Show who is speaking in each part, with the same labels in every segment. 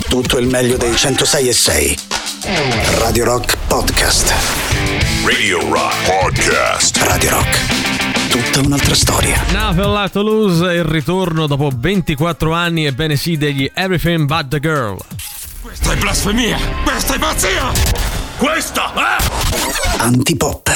Speaker 1: tutto il meglio dei 106.6. Radio Rock Podcast.
Speaker 2: Radio Rock Podcast.
Speaker 1: Radio Rock. Tutta un'altra storia.
Speaker 3: Nothing Left to Lose è il ritorno dopo 24 anni, ebbene sì, degli Everything But The Girl.
Speaker 2: Questa è blasfemia! Questa è pazzia! Questa è...
Speaker 1: Antipop.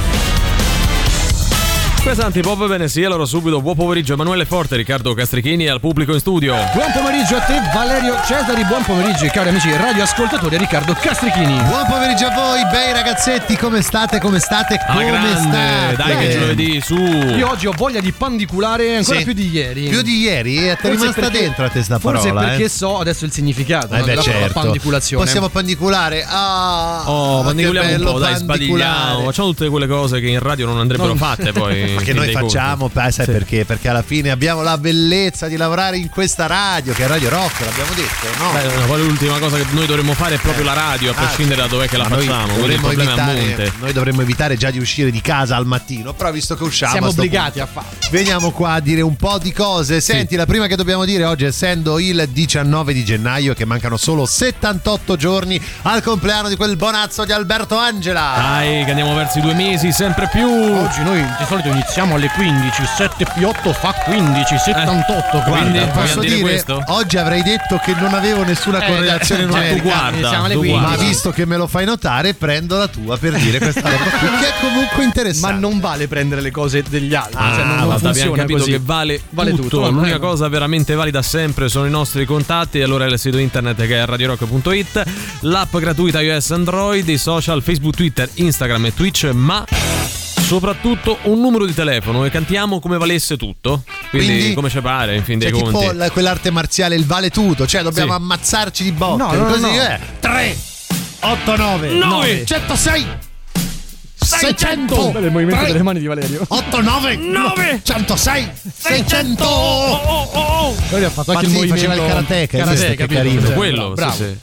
Speaker 3: Questa Antipop, bene sì, allora subito buon pomeriggio Emanuele Forte, Riccardo Castrichini e al pubblico in studio.
Speaker 4: Buon pomeriggio a te Valerio Cesari, buon pomeriggio cari amici radioascoltatori, Riccardo Castrichini.
Speaker 5: Buon pomeriggio a voi, bei ragazzetti, come state?
Speaker 3: Alla grande, dai che giovedì, su.
Speaker 4: Io oggi ho voglia di pandiculare ancora più di ieri.
Speaker 5: Più di ieri? Ti è rimasta dentro a te sta parola?
Speaker 4: Forse perché so adesso il significato della pandiculazione.
Speaker 5: Possiamo pandiculare?
Speaker 3: Pandiculiamo un po', dai, sbadigliamo. Facciamo tutte quelle cose che in radio non andrebbero fatte poi.
Speaker 5: Ma che noi facciamo, sai perché? Perché alla fine abbiamo la bellezza di lavorare in questa radio, che è Radio Rock, l'abbiamo detto, no?
Speaker 3: Poi l'ultima cosa che noi dovremmo fare è proprio la radio, a prescindere da dov'è che la facciamo.
Speaker 5: Noi dovremmo evitare già di uscire di casa al mattino, però visto che usciamo
Speaker 4: siamo obbligati a farlo.
Speaker 5: Veniamo qua a dire un po' di cose. Senti, la prima che dobbiamo dire oggi, essendo il 19 di gennaio, che mancano solo 78 giorni al compleanno di quel bonazzo di Alberto Angela.
Speaker 3: Dai, che andiamo verso i 2 mesi, sempre più.
Speaker 4: Oggi noi di solito iniziamo alle 15, 7 più 8 fa 15, 78.
Speaker 3: Quindi
Speaker 5: posso dire
Speaker 3: questo?
Speaker 5: Oggi avrei detto che non avevo nessuna correlazione numerica.
Speaker 3: Tu guarda,
Speaker 4: siamo alle
Speaker 3: tu
Speaker 4: 15.
Speaker 3: guarda.
Speaker 5: Ma visto che me lo fai notare, prendo la tua per dire questa roba qui, che è comunque interessante.
Speaker 4: Ma non vale prendere le cose degli altri, non
Speaker 3: Abbiamo
Speaker 4: funziona
Speaker 3: capito
Speaker 4: così.
Speaker 3: che vale tutto. L'unica cosa veramente valida sempre sono i nostri contatti, allora il sito internet che è radiorock.it, l'app gratuita iOS Android, i social Facebook, Twitter, Instagram e Twitch, ma soprattutto un numero di telefono e cantiamo come valesse tutto, quindi come ci pare in fin dei conti,
Speaker 5: tipo quell'arte marziale, il vale tutto, cioè dobbiamo ammazzarci di botte.
Speaker 4: No.
Speaker 5: 3 8 9
Speaker 3: 9
Speaker 5: 106 600.
Speaker 4: Bello il movimento delle mani di Valerio.
Speaker 5: 8 9 106 600.
Speaker 4: Lui ha fatto anche il movimento,
Speaker 5: faceva il karateka,
Speaker 4: capito?
Speaker 5: carino.
Speaker 3: quello,
Speaker 4: bravo.
Speaker 3: sì.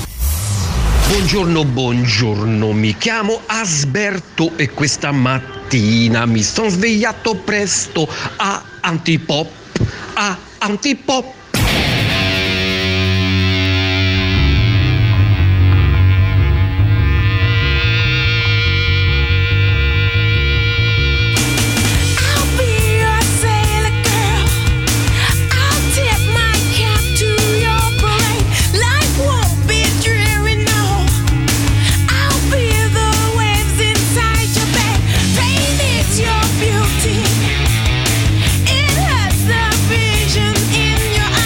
Speaker 6: Buongiorno, mi chiamo Asberto e questa mattina mi sono svegliato presto a Antipop.
Speaker 7: It has the vision in your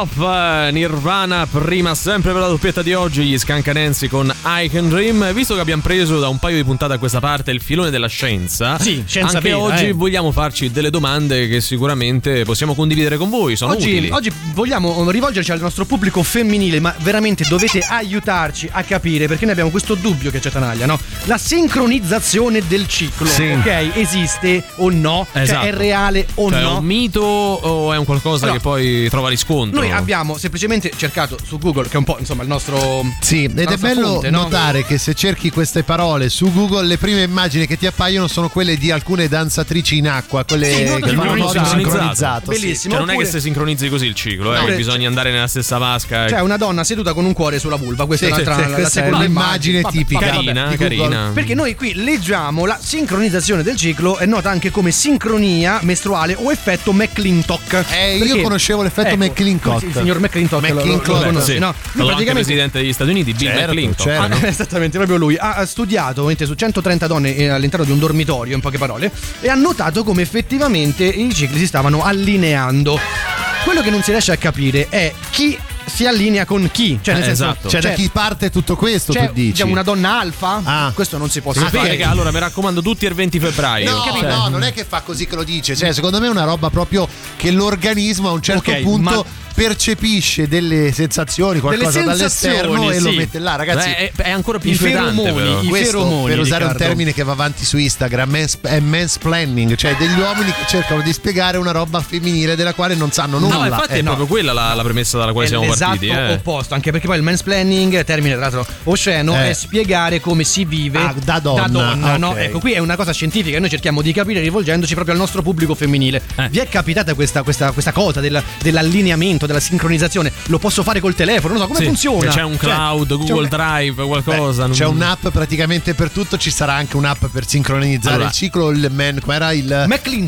Speaker 3: Off, Nirvana, prima sempre per la doppietta di oggi, gli Scancanensi con I Can Dream. Visto che abbiamo preso da un paio di puntate a questa parte il filone della scienza,
Speaker 4: sì, scienza
Speaker 3: anche
Speaker 4: vera,
Speaker 3: oggi vogliamo farci delle domande che sicuramente possiamo condividere con voi, sono utili.
Speaker 4: Oggi vogliamo rivolgerci al nostro pubblico femminile, ma veramente dovete aiutarci a capire, perché noi abbiamo questo dubbio che c'è Tanaglia, no? La sincronizzazione del ciclo,
Speaker 3: sì.
Speaker 4: Ok? Esiste o no?
Speaker 3: Esatto.
Speaker 4: Cioè, è reale o
Speaker 3: no? È
Speaker 4: no?
Speaker 3: un mito o è un qualcosa che poi trova riscontro?
Speaker 4: Noi abbiamo semplicemente cercato su Google, che è un po' insomma il nostro.
Speaker 5: Sì, ed è bello
Speaker 4: fonte,
Speaker 5: notare che se cerchi queste parole su Google, le prime immagini che ti appaiono sono quelle di alcune danzatrici in acqua, quelle che fanno modo sincronizzato.
Speaker 4: Bellissimo.
Speaker 3: Cioè, non è che se sincronizzi così il ciclo,
Speaker 4: no,
Speaker 3: bisogna andare nella stessa vasca.
Speaker 4: Cioè, una donna seduta con un cuore sulla vulva. Questa è un'altra
Speaker 5: questa
Speaker 4: la seconda
Speaker 5: è un'immagine tipica.
Speaker 3: Carina.
Speaker 4: Perché noi qui leggiamo la sincronizzazione del ciclo, è nota anche come sincronia mestruale o effetto McClintock.
Speaker 5: Io conoscevo l'effetto McClintock.
Speaker 4: Il signor McClintock lo conosci, no?
Speaker 3: Anche presidente degli Stati Uniti, Bill McClintock.
Speaker 4: Esattamente, proprio lui ha studiato su 130 donne all'interno di un dormitorio, in poche parole, e ha notato come effettivamente i cicli si stavano allineando. Quello che non si riesce a capire è chi si allinea con chi, cioè nel senso,
Speaker 3: esatto.
Speaker 5: da chi parte tutto questo, tu dici?
Speaker 4: C'è una donna alfa? Questo non si può
Speaker 3: sapere. Che allora mi raccomando tutti il 20 febbraio.
Speaker 5: No, non è che fa così che lo dice. Cioè, secondo me è una roba proprio che l'organismo a un certo punto percepisce delle sensazioni, qualcosa dall'esterno e lo mette là, ragazzi.
Speaker 3: È ancora più inquietante,
Speaker 4: i feromoni,
Speaker 5: per usare
Speaker 4: Riccardo,
Speaker 5: un termine che va avanti su Instagram, è mansplaining, cioè degli uomini che cercano di spiegare una roba femminile della quale non sanno nulla.
Speaker 3: No, infatti è proprio quella la premessa dalla quale siamo partiti.
Speaker 4: Esatto, opposto, anche perché poi il mansplaining, termine tra l'altro osceno, è spiegare come si vive
Speaker 5: da donna.
Speaker 4: no? Ecco, qui è una cosa scientifica e noi cerchiamo di capire rivolgendoci proprio al nostro pubblico femminile. Vi è capitata questa cosa dell'allineamento, della sincronizzazione? Lo posso fare col telefono? Non so come funziona.
Speaker 3: C'è un cloud, Google Drive, qualcosa.
Speaker 5: C'è un'app praticamente per tutto. Ci sarà anche un'app per sincronizzare il ciclo. Com'era il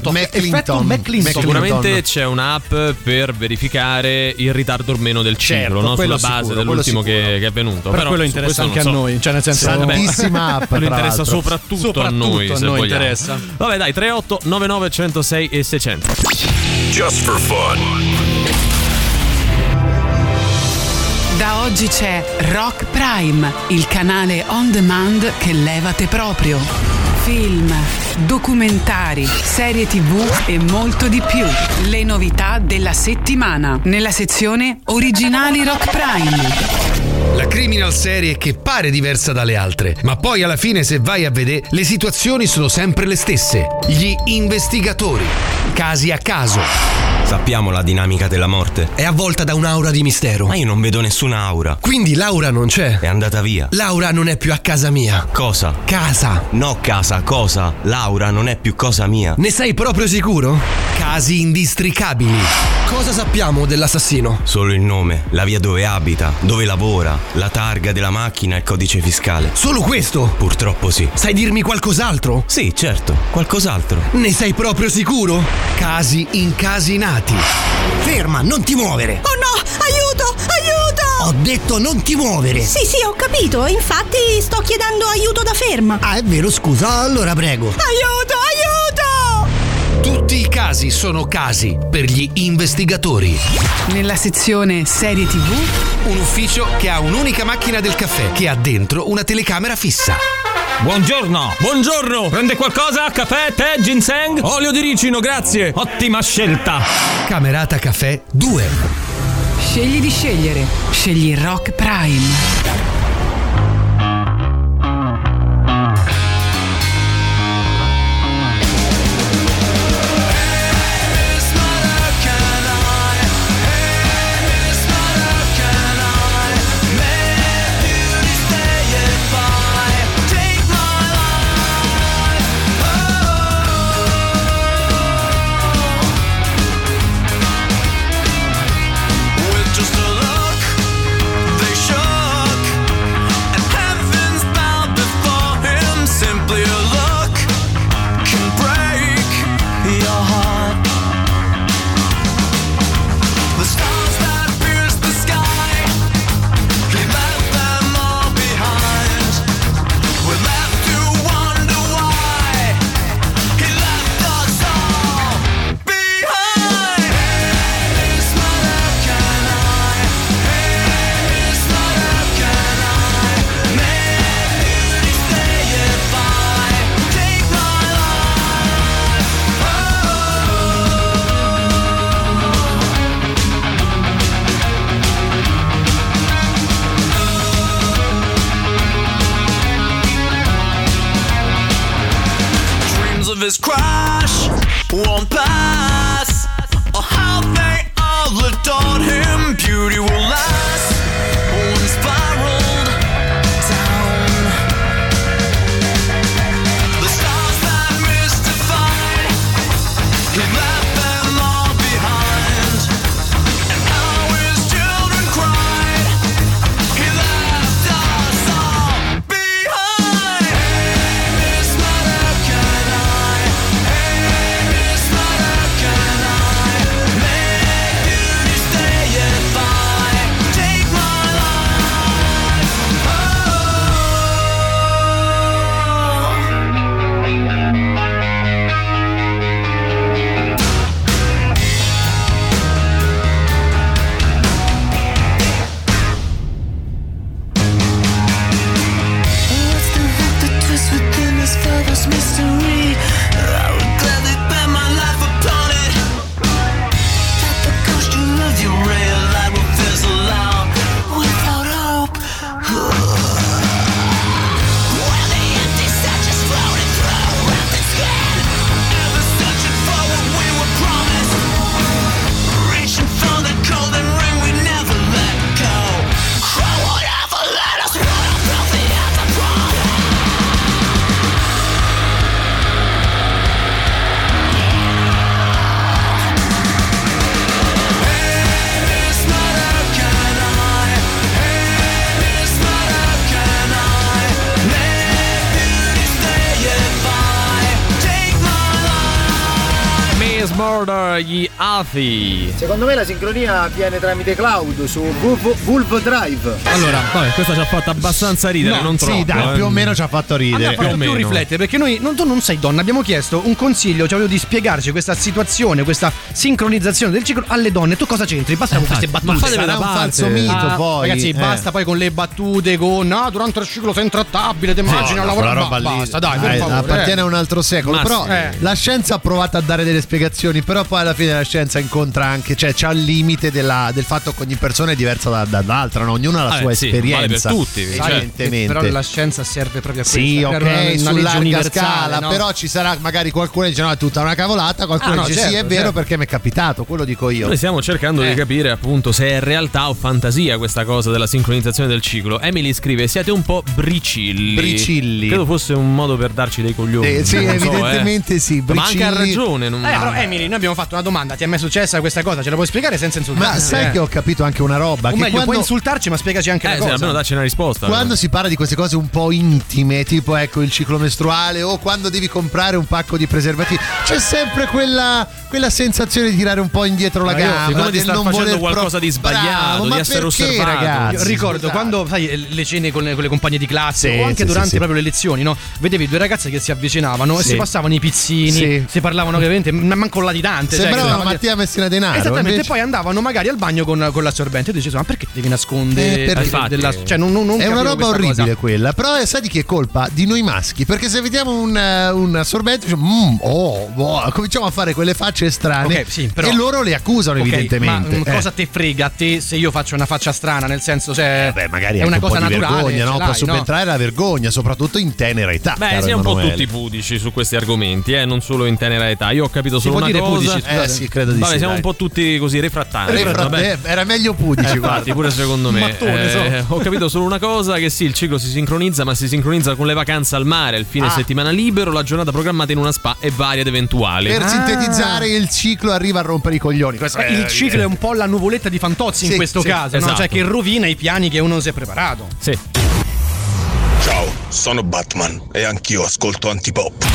Speaker 4: McClintock.
Speaker 3: Sicuramente c'è un'app per verificare il ritardo o meno del ciclo, no? Sulla base dell'ultimo che è avvenuto.
Speaker 4: Però quello interessa anche a noi, cioè nel senso,
Speaker 5: tantissima app.
Speaker 3: Quello interessa soprattutto a noi, se vogliamo.
Speaker 4: Interessa.
Speaker 3: Vabbè, dai, 38 99 106 e 600.
Speaker 2: Just for fun.
Speaker 7: Da oggi c'è Rock Prime, il canale on demand che levate proprio. Film, documentari, serie TV e molto di più. Le novità della settimana nella sezione Originali Rock Prime.
Speaker 8: La criminal serie che pare diversa dalle altre, ma poi alla fine se vai a vedere le situazioni sono sempre le stesse. Gli investigatori, casi a caso.
Speaker 9: Sappiamo la dinamica della morte.
Speaker 8: È avvolta da un'aura di mistero.
Speaker 9: Ma io non vedo nessuna aura.
Speaker 8: Quindi Laura non c'è.
Speaker 9: È andata via.
Speaker 8: Laura non è più a casa mia.
Speaker 9: Cosa?
Speaker 8: Casa.
Speaker 9: No, casa, cosa? Laura non è più cosa mia.
Speaker 8: Ne sei proprio sicuro? Casi indistricabili. Cosa sappiamo dell'assassino?
Speaker 9: Solo il nome, la via dove abita, dove lavora, la targa della macchina e il codice fiscale.
Speaker 8: Solo questo?
Speaker 9: Purtroppo sì.
Speaker 8: Sai dirmi qualcos'altro?
Speaker 9: Sì, certo, qualcos'altro.
Speaker 8: Ne sei proprio sicuro? Casi incasinati.
Speaker 10: Ferma, non ti muovere.
Speaker 11: Oh no, aiuto, aiuto!
Speaker 10: Ho detto non ti muovere.
Speaker 11: Sì, ho capito, infatti sto chiedendo aiuto da Ferma.
Speaker 10: Ah, è vero, scusa, allora prego.
Speaker 11: Aiuto, aiuto!
Speaker 8: Tutti i casi sono casi per gli investigatori.
Speaker 7: Nella sezione serie TV,
Speaker 8: un ufficio che ha un'unica macchina del caffè che ha dentro una telecamera fissa.
Speaker 12: Buongiorno. Prende qualcosa? Caffè, tè, ginseng? Olio di ricino, grazie. Ottima scelta.
Speaker 8: Camerata Caffè 2.
Speaker 7: Scegli di scegliere. Scegli Rock Prime.
Speaker 13: Just a look, they shook. this crash won't pass, or how they all adored him. Beauty will last when spiraled down. The stars that mystified, he left them all behind. And how his children cried, he left us all behind. Hey, Miss Mother, can I? Hey, Miss Mother, can I make beauty stay if I take my life? What's the hook, the twist within this father's mystery? I would gladly bet my life upon it, that the costume of your real light will fizzle out without hope. When the empty set just floated through rapid skin, ever searching for what we were promised, reaching for the golden ring we never let go. Who would ever let us run up filthy at the promise? Hey, Miss Mother, can I? Hey, Miss Mother, can I make beauty stay if I take my life?
Speaker 3: Miss Murder, gli Afi.
Speaker 14: Secondo me la sincronia avviene tramite cloud su Vulve Drive.
Speaker 3: Allora, vabbè, questa ci ha fatto abbastanza ridere, non troppo.
Speaker 5: Sì, dai, più o meno ci ha fatto ridere.
Speaker 4: Ha fatto più riflettere, perché noi, tu non sei donna, abbiamo chiesto un consiglio, cioè di spiegarci questa situazione, questa sincronizzazione del ciclo alle donne. Tu cosa c'entri? Basta con queste battute.
Speaker 3: ma fatevela
Speaker 5: Sarà un
Speaker 3: parte.
Speaker 5: falso mito, poi.
Speaker 4: Ragazzi, basta poi con le battute, con durante il ciclo sei intrattabile, ti immagini a lavorare.
Speaker 5: quella roba lì,
Speaker 4: Basta, dai, per favore.
Speaker 5: appartiene a un altro secolo.
Speaker 3: Ma
Speaker 5: Però
Speaker 3: sì.
Speaker 5: la scienza ha provato a dare delle spiegazioni, però poi alla fine la scienza incontra anche, cioè c'ha il limite del fatto che ogni persona è diversa dall'altra, no? Ognuno ha la sua
Speaker 3: sì,
Speaker 5: esperienza.
Speaker 3: vale per tutti,
Speaker 5: evidentemente.
Speaker 4: Però la scienza serve proprio a questo.
Speaker 5: Sì,
Speaker 4: per
Speaker 5: ok,
Speaker 4: una
Speaker 5: su
Speaker 4: legge
Speaker 5: larga
Speaker 4: universale,
Speaker 5: scala,
Speaker 4: no?
Speaker 5: però ci sarà magari qualcuno che dice no, è tutta una cavolata, qualcuno
Speaker 4: no,
Speaker 5: dice sì, è
Speaker 4: certo,
Speaker 5: vero
Speaker 4: certo.
Speaker 5: perché mi è capitato, quello dico io.
Speaker 3: Noi stiamo cercando di capire appunto se è realtà o fantasia questa cosa della sincronizzazione del ciclo. Emily scrive: siete un po' bricilli.
Speaker 5: Bricilli.
Speaker 3: Credo fosse un modo per darci dei coglioni.
Speaker 5: Sì,
Speaker 3: non so,
Speaker 5: evidentemente sì,
Speaker 3: Ma anche ha
Speaker 5: bricilli.
Speaker 3: ragione.
Speaker 4: Però Emily, noi abbiamo fatto una domanda, ti è mai successa questa cosa? Ce la puoi spiegare senza insultarci?
Speaker 5: Ma sai che ho capito anche una roba,
Speaker 4: O
Speaker 5: che
Speaker 4: meglio,
Speaker 5: quando
Speaker 4: puoi insultarci, ma spiegaci anche la
Speaker 3: sì,
Speaker 4: cosa.
Speaker 3: almeno dacci una risposta.
Speaker 5: Quando si parla di queste cose un po' intime, tipo ecco il ciclo mestruale, o quando devi comprare un pacco di preservativi, c'è sempre quella sensazione di tirare un po' indietro la gamba,
Speaker 3: secondo me di
Speaker 5: del
Speaker 3: star
Speaker 5: non
Speaker 3: facendo
Speaker 5: voler
Speaker 3: qualcosa di sbagliato,
Speaker 5: Bravo,
Speaker 3: di
Speaker 5: ma
Speaker 3: essere
Speaker 5: perché,
Speaker 3: osservato.
Speaker 5: ragazzi?
Speaker 4: Io ricordo
Speaker 5: Scusate.
Speaker 4: quando sai le cene con le compagne di classe
Speaker 5: Sì,
Speaker 4: o anche
Speaker 5: sì,
Speaker 4: durante
Speaker 5: sì, sì.
Speaker 4: proprio le lezioni, no? Vedevi due ragazze che si avvicinavano e
Speaker 5: Sì.
Speaker 4: si passavano i pizzini,
Speaker 5: Sì.
Speaker 4: si parlavano ovviamente manco latitante.
Speaker 5: Sembravano Mattia Messina Denaro.
Speaker 4: Esattamente,
Speaker 5: invece-
Speaker 4: e poi andavano magari al bagno con l'assorbente e dicevo: ma perché devi nascondere?
Speaker 5: perché-
Speaker 4: Cioè, non
Speaker 5: è una
Speaker 4: capivo
Speaker 5: roba
Speaker 4: questa
Speaker 5: orribile
Speaker 4: cosa.
Speaker 5: quella. Però sai di chi è colpa? Di noi maschi. Perché se vediamo un assorbente diciamo, cominciamo a fare quelle facce strane.
Speaker 4: Ok, sì, però-
Speaker 5: e loro le accusano
Speaker 4: Ok,
Speaker 5: evidentemente.
Speaker 4: Ma cosa te frega a te se io faccio una faccia strana? Nel senso, cioè,
Speaker 5: Beh, magari
Speaker 4: è
Speaker 5: anche
Speaker 4: una
Speaker 5: un po'
Speaker 4: cosa
Speaker 5: di
Speaker 4: naturale.
Speaker 5: vergogna, no?
Speaker 4: ce
Speaker 5: Può
Speaker 4: l'hai,
Speaker 5: subentrare la vergogna, soprattutto in tenera età.
Speaker 3: Beh,
Speaker 5: caro
Speaker 3: siamo un po'
Speaker 5: Emanuele.
Speaker 3: tutti pudici su questi argomenti, non solo in tenera età. Io ho capito
Speaker 4: Si
Speaker 3: solo
Speaker 4: può
Speaker 3: una
Speaker 4: dire
Speaker 3: cosa.
Speaker 4: pudici, scusate?
Speaker 5: sì, credo di
Speaker 3: Vabbè,
Speaker 5: sì.
Speaker 3: siamo
Speaker 5: dai.
Speaker 3: un po' tutti così refrattari. Vabbè.
Speaker 5: Era meglio pudici, guarda.
Speaker 3: Infatti, pure secondo me.
Speaker 4: Mattone,
Speaker 3: Ho capito solo una cosa: che sì, il ciclo si sincronizza, ma si sincronizza con le vacanze al mare, il fine settimana libero, la giornata programmata in una spa e varie ed eventuali.
Speaker 5: Per sintetizzare, il ciclo arriva a rompere i coglioni. Questo è
Speaker 4: Il ciclo è un po' la nuvoletta di Fantozzi in
Speaker 5: Sì,
Speaker 4: questo
Speaker 5: sì,
Speaker 4: caso, no?
Speaker 3: esatto.
Speaker 4: Cioè che rovina i piani che uno si è preparato.
Speaker 3: Sì.
Speaker 2: Ciao, sono Batman e anch'io ascolto Antipop.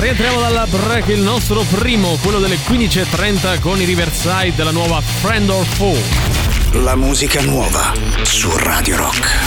Speaker 3: Rientriamo dalla break, il nostro primo, quello delle 15.30 con i Riverside della nuova Friend or Foe.
Speaker 1: La musica nuova su Radio Rock.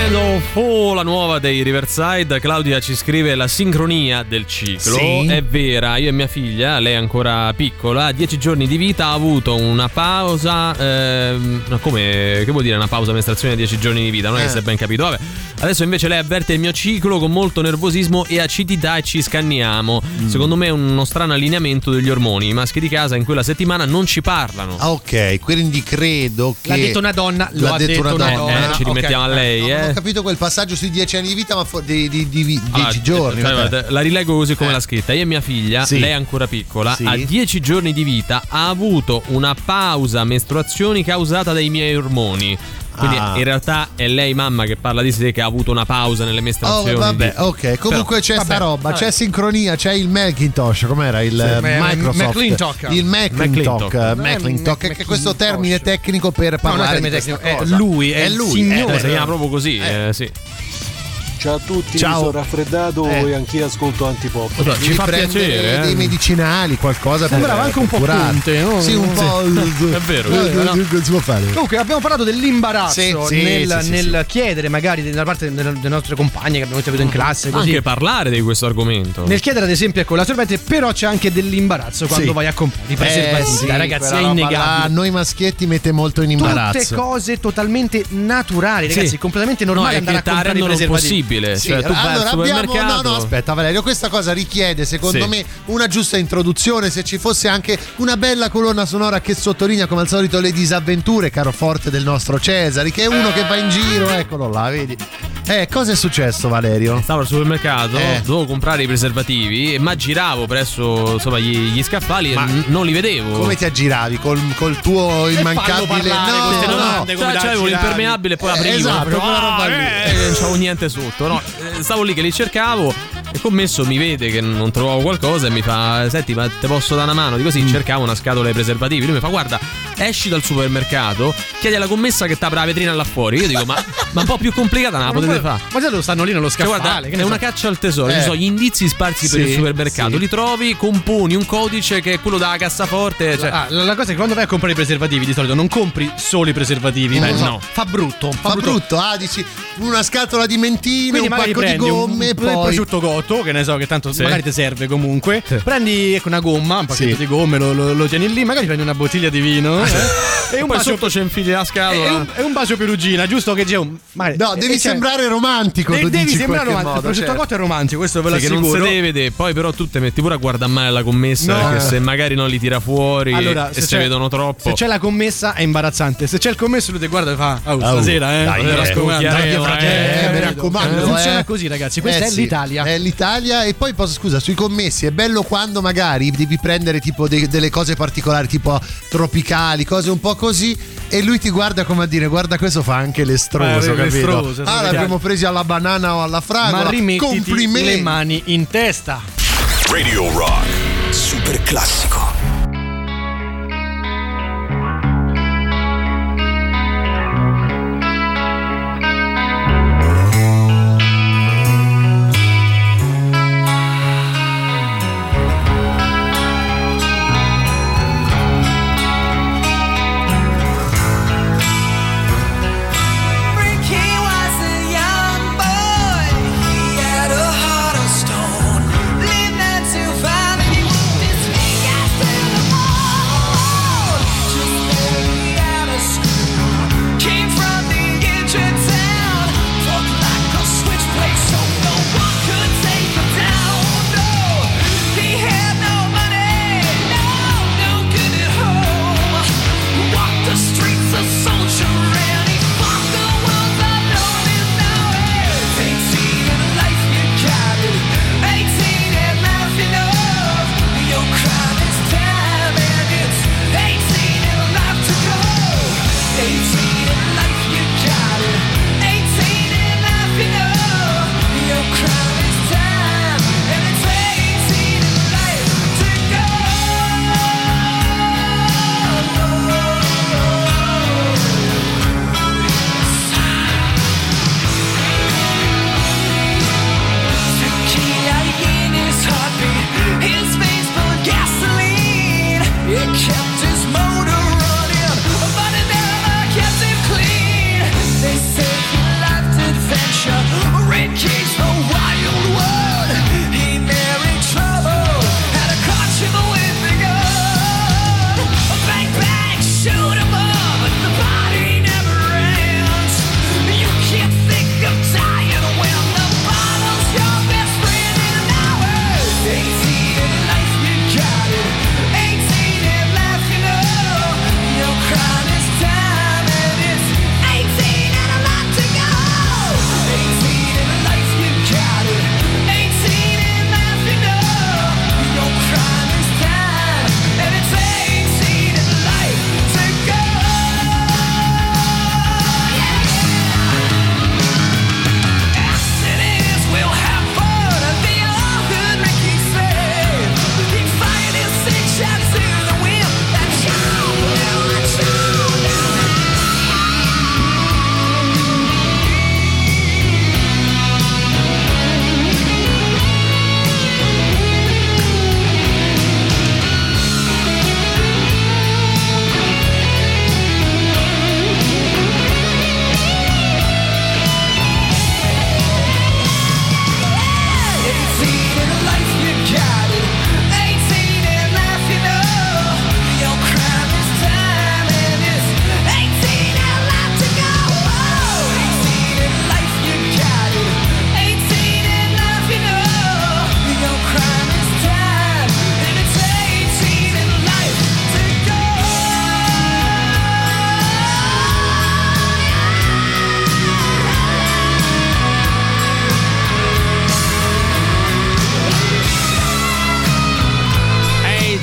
Speaker 3: Oh, la nuova dei Riverside. Claudia ci scrive: la sincronia del ciclo è vera. Io e mia figlia, lei è ancora piccola, a 10 giorni di vita ha avuto una pausa. Come? Che vuol dire una pausa mestruazione a 10 giorni di vita? Non è che si è ben capito. Vabbè. Adesso invece lei avverte il mio ciclo con molto nervosismo e acidità e ci scanniamo. Secondo me è uno strano allineamento degli ormoni. I maschi di casa in quella settimana non ci parlano.
Speaker 5: Ok, quindi credo che
Speaker 4: l'ha detto una donna, lo ha detto una donna.
Speaker 3: Ci rimettiamo a lei,
Speaker 5: Non ho capito quel passaggio sui 10 anni di vita, ma di 10 giorni.
Speaker 3: La rilego così come l'ha scritta. Io e mia figlia, lei è ancora piccola, a 10 giorni di vita ha avuto una pausa mestruazioni causata dai miei ormoni. Quindi in realtà è lei mamma che parla di sé che ha avuto una pausa nelle mestruazioni.
Speaker 5: Vabbè, ok. Comunque c'è sta roba, c'è sincronia, c'è il Macintosh, com'era il Microsoft?
Speaker 4: McClintock.
Speaker 5: Il McClintock, che è questo termine tecnico per parlare di questa cosa.
Speaker 4: È lui,
Speaker 3: si chiama proprio così, sì.
Speaker 15: Ciao a tutti, mi sono raffreddato e anch'io ascolto Antipop.
Speaker 3: Ci fa piacere,
Speaker 5: dei medicinali, qualcosa.
Speaker 4: Sembrava anche un po' Conte, no?
Speaker 5: Sì, un po'.
Speaker 3: È vero.
Speaker 5: Non si può fare.
Speaker 4: Comunque abbiamo parlato dell'imbarazzo nel chiedere magari da parte delle nostre compagne che abbiamo avuto in classe, così.
Speaker 3: Anche parlare di questo argomento.
Speaker 4: Nel chiedere ad esempio ecco la sorbette, però c'è anche dell'imbarazzo quando vai a comprare i preservativi. Ragazzi, è innegabile.
Speaker 5: Noi maschietti mette molto in imbarazzo.
Speaker 4: Tutte cose totalmente naturali, ragazzi, completamente normali andare a comprare i preservativi.
Speaker 3: Cioè, tu vai al supermercato.
Speaker 5: No, aspetta, Valerio, questa cosa richiede, secondo me, una giusta introduzione. Se ci fosse anche una bella colonna sonora che sottolinea, come al solito, le disavventure, caro forte del nostro Cesari, che è uno che va in giro, eccolo là, vedi. Cosa è successo, Valerio?
Speaker 3: Stavo al supermercato, dovevo comprare i preservativi, ma giravo presso insomma gli scaffali e non li vedevo.
Speaker 5: Come ti aggiravi? Col tuo immancabile.
Speaker 3: C'avevo l'impermeabile e poi aprivo.
Speaker 5: Esatto, quella roba lì.
Speaker 3: Non c'avevo niente sotto. No, stavo lì che li cercavo. Il commesso mi vede che non trovavo qualcosa e mi fa: senti, ma te posso dare una mano? Dico sì, cercavo una scatola dei preservativi. Lui mi fa: guarda, esci dal supermercato, chiedi alla commessa che t'apra la vetrina là fuori. Io dico: ma un po' più complicata non la potete fare.
Speaker 4: Ma già lo stanno lì nello scaffale.
Speaker 3: Guarda, è una caccia al tesoro. Ci sono gli indizi sparsi per il supermercato. Li trovi, componi un codice che è quello della cassaforte. Cioè.
Speaker 4: La cosa è che quando vai a comprare i preservativi di solito non compri solo i preservativi.
Speaker 3: No.
Speaker 4: Fa brutto.
Speaker 5: Dici una scatola di mentine,
Speaker 4: quindi
Speaker 5: un pacco di gomme,
Speaker 4: poi il prosciutto cotto, che ne so, che tanto magari ti serve comunque. Prendi una gomma, un pacchetto di gomme, lo tieni lì, magari prendi una bottiglia di vino
Speaker 3: e un bacio sotto c'è infili la scatola
Speaker 4: e un bacio perugina, giusto che c'è un
Speaker 5: devi sembrare romantico,
Speaker 4: devi sembrare romantico. Il prosciutto cotto è romantico, questo ve lo assicuro.
Speaker 3: Che non si deve vedere, poi però tu te metti pure a guardare male la commessa, perché se magari non li tira fuori e se vedono troppo.
Speaker 4: Se c'è la commessa è imbarazzante, se c'è il commesso lui ti guarda e fa: stasera
Speaker 5: mi raccomando,
Speaker 4: funziona così, ragazzi. Questa è l'Italia.
Speaker 5: È l'Italia. E poi scusa, sui commessi è bello quando magari devi prendere tipo delle cose particolari, tipo tropicali, cose un po' così, e lui ti guarda come a dire: guarda, questo fa anche l'estroso, capito? L'abbiamo presi alla banana o alla fragola.
Speaker 4: Ma rimettiti le mani in testa.
Speaker 1: Radio Rock super classico.
Speaker 13: Lived not to find this big ass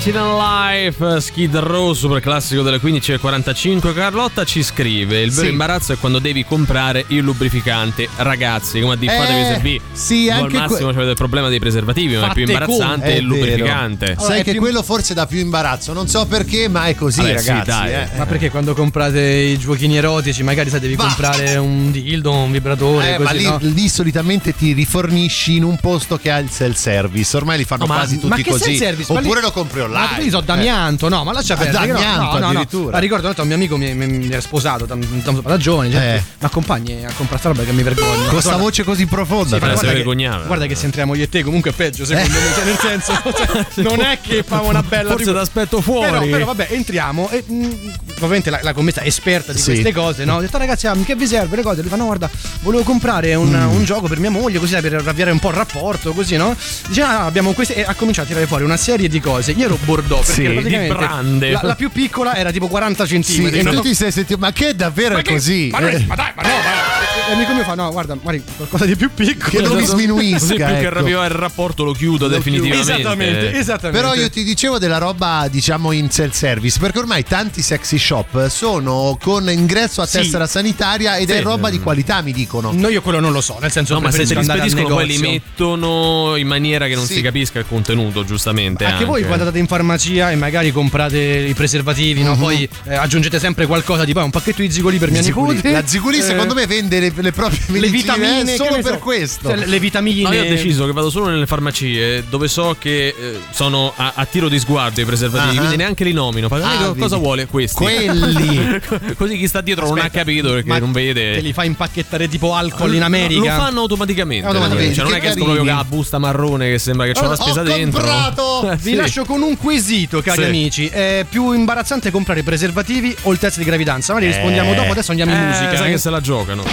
Speaker 3: Martin Life, Skid Row, super classico delle 15:45. Carlotta ci scrive: il vero imbarazzo è quando devi comprare il lubrificante. Ragazzi, come a dire, fatevi servire.
Speaker 5: Sì, anche
Speaker 3: al massimo c'avete il problema dei preservativi, ma è più imbarazzante il lubrificante.
Speaker 5: Sai che quello forse dà più imbarazzo, non so perché, ma è così. Vabbè, ragazzi.
Speaker 3: Sì, dai.
Speaker 4: Ma perché quando comprate i giochini erotici, magari sai, devi comprare un dildo, un vibratore, così,
Speaker 5: ma lì solitamente ti rifornisci in un posto che ha il self-service. Ormai li fanno quasi tutti così. Oppure lo compri online.
Speaker 4: Ma io so d'amianto, no, ma lascia perdere.
Speaker 5: D'amianto
Speaker 4: addirittura. Ma ricordo un mio amico mi era sposato da giovane, mi accompagni a comprare sta roba che mi vergogno.
Speaker 5: Con sta voce così profonda,
Speaker 4: guarda che se entriamo io e te comunque è peggio, secondo me, cioè, nel senso, non è che fa una bella
Speaker 3: forse t'aspetto fuori.
Speaker 4: Però vabbè, entriamo e ovviamente la commessa esperta di queste cose, no? Ho detto: ragazzi, che vi serve le cose? Lui fa: no, guarda, volevo comprare un gioco per mia moglie, così per avviare un po' il rapporto, così, no? Dice: abbiamo queste, e ha cominciato a tirare fuori una serie di cose. Io ero Bordeaux, perché praticamente la più piccola era tipo 40 centimetri.
Speaker 5: E tu ti sei sentito: ma che davvero è così?
Speaker 4: Ma dai, ma no, l'amico mio fa: no, guarda, qualcosa di più piccolo,
Speaker 5: che non mi sminuisca.
Speaker 3: Così più che ravvivare il rapporto lo chiudo definitivamente.
Speaker 4: Esattamente.
Speaker 5: Però io ti dicevo della roba, diciamo, in self-service, perché ormai tanti sexy shop sono con ingresso a tessera sanitaria ed è roba di qualità, mi dicono.
Speaker 4: No, io quello non lo so, nel senso,
Speaker 3: no, ma se li spediscono poi li
Speaker 4: negozio.
Speaker 3: Mettono in maniera che non si capisca il contenuto, giustamente.
Speaker 4: Anche voi quando andate in farmacia e magari comprate i preservativi, no? Poi aggiungete sempre qualcosa di poi un pacchetto di Ziguli per mia nipote.
Speaker 5: La Ziguli secondo me vende le proprie
Speaker 4: le vitamine
Speaker 5: solo per questo.
Speaker 4: Cioè, le vitamine.
Speaker 3: No, io ho deciso che vado solo nelle farmacie dove so che sono a tiro di sguardo i preservativi, quindi neanche li nomino. Cosa vuole questi?
Speaker 5: Quelli.
Speaker 3: Così chi sta dietro non ha capito, perché non vede.
Speaker 4: Te li fa impacchettare tipo alcol in America.
Speaker 3: Lo fanno automaticamente.
Speaker 4: Cioè,
Speaker 3: non è che escono proprio con la busta marrone che sembra che c'è una spesa dentro.
Speaker 4: Vi lascio con un quesito, cari amici. È più imbarazzante comprare i preservativi o il test di gravidanza? Ma li rispondiamo dopo, adesso andiamo in musica.
Speaker 3: Sai che se la giocano.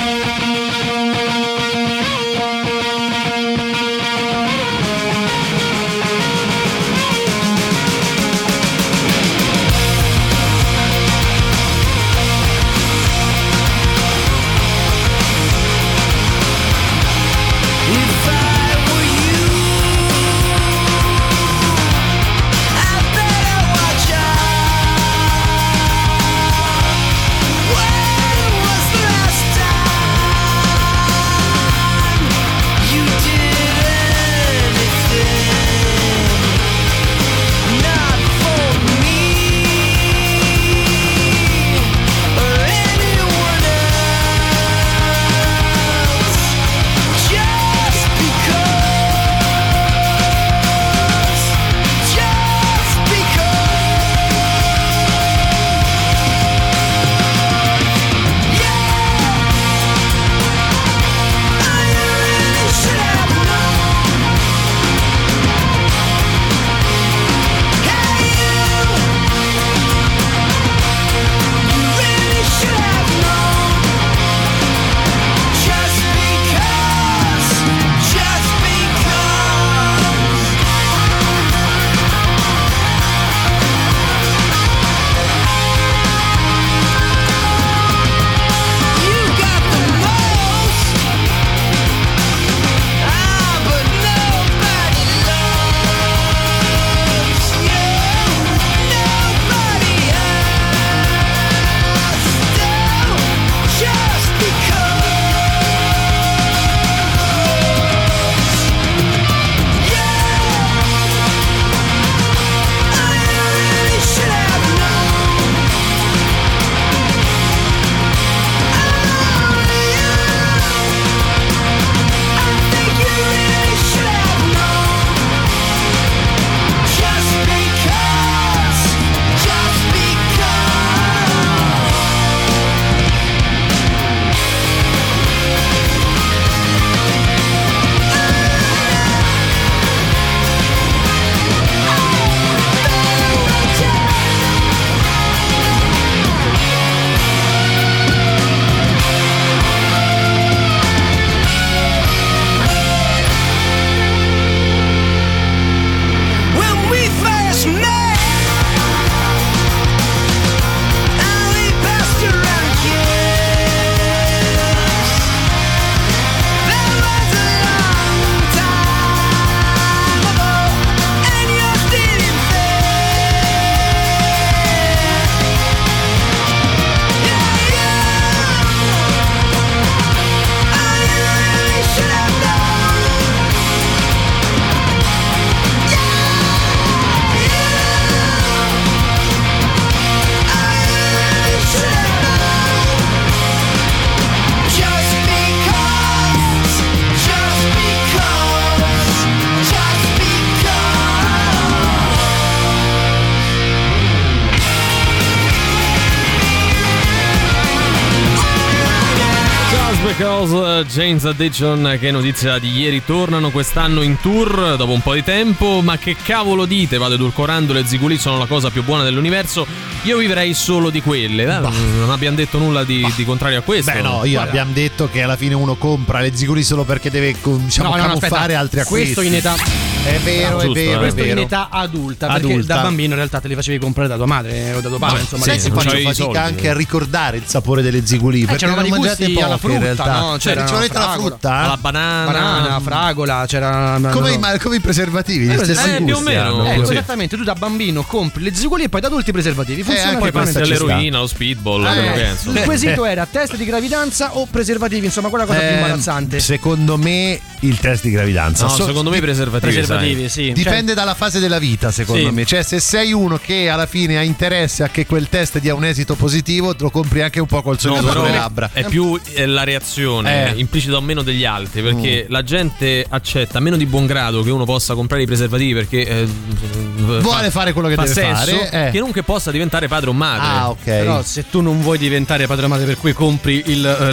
Speaker 13: When was the last time
Speaker 3: Because Jane's Addiction, che notizia di ieri, tornano quest'anno in tour dopo un po' di tempo. Ma che cavolo dite? Vado edulcorando, le Ziguli sono la cosa più buona dell'universo. Io vivrei solo di quelle. Non abbiamo detto nulla di contrario a questo.
Speaker 5: Beh, no, abbiamo detto che alla fine uno compra le Ziguli solo perché deve, diciamo, camuffare altri acquisti.
Speaker 4: Questo in età.
Speaker 5: È vero,
Speaker 3: giusto,
Speaker 5: è vero.
Speaker 4: Questo
Speaker 5: è vero.
Speaker 4: in età adulta, perché da bambino in realtà te li facevi comprare da tua madre o da tuo padre. Insomma,
Speaker 5: Sai, si faccio fatica anche a ricordare il sapore delle Ziguli, perché
Speaker 4: c'erano
Speaker 5: ne
Speaker 4: vari
Speaker 5: mangiate
Speaker 4: gusti
Speaker 5: poche
Speaker 4: alla frutta,
Speaker 5: in realtà.
Speaker 4: no?
Speaker 5: C'era la frutta,
Speaker 3: alla banana,
Speaker 4: fragola, c'era
Speaker 5: come i preservativi, gli stessi
Speaker 3: più o
Speaker 5: gusti
Speaker 3: meno.
Speaker 5: hanno.
Speaker 4: Sì. Esattamente, tu da bambino compri le Ziguli e poi da adulti i preservativi. Funziona
Speaker 3: poi passa l'eroina, lo speedball, quello che è,
Speaker 4: il quesito era test di gravidanza o preservativi, insomma, quella cosa più imbarazzante.
Speaker 5: Secondo me il test di gravidanza.
Speaker 3: No, secondo me i preservativi,
Speaker 4: sì.
Speaker 5: Dipende dalla fase della vita, secondo me. Cioè, se sei uno che alla fine ha interesse a che quel test dia un esito positivo, te lo compri anche un po' col sorriso sulle labbra.
Speaker 3: È più la reazione implicita o meno degli altri, perché la gente accetta meno di buon grado che uno possa comprare i preservativi perché
Speaker 5: vuole fare quello che deve fare,
Speaker 3: che non che possa diventare padre o madre.
Speaker 5: Ah, ok.
Speaker 4: Però se tu non vuoi diventare padre o madre, per cui compri il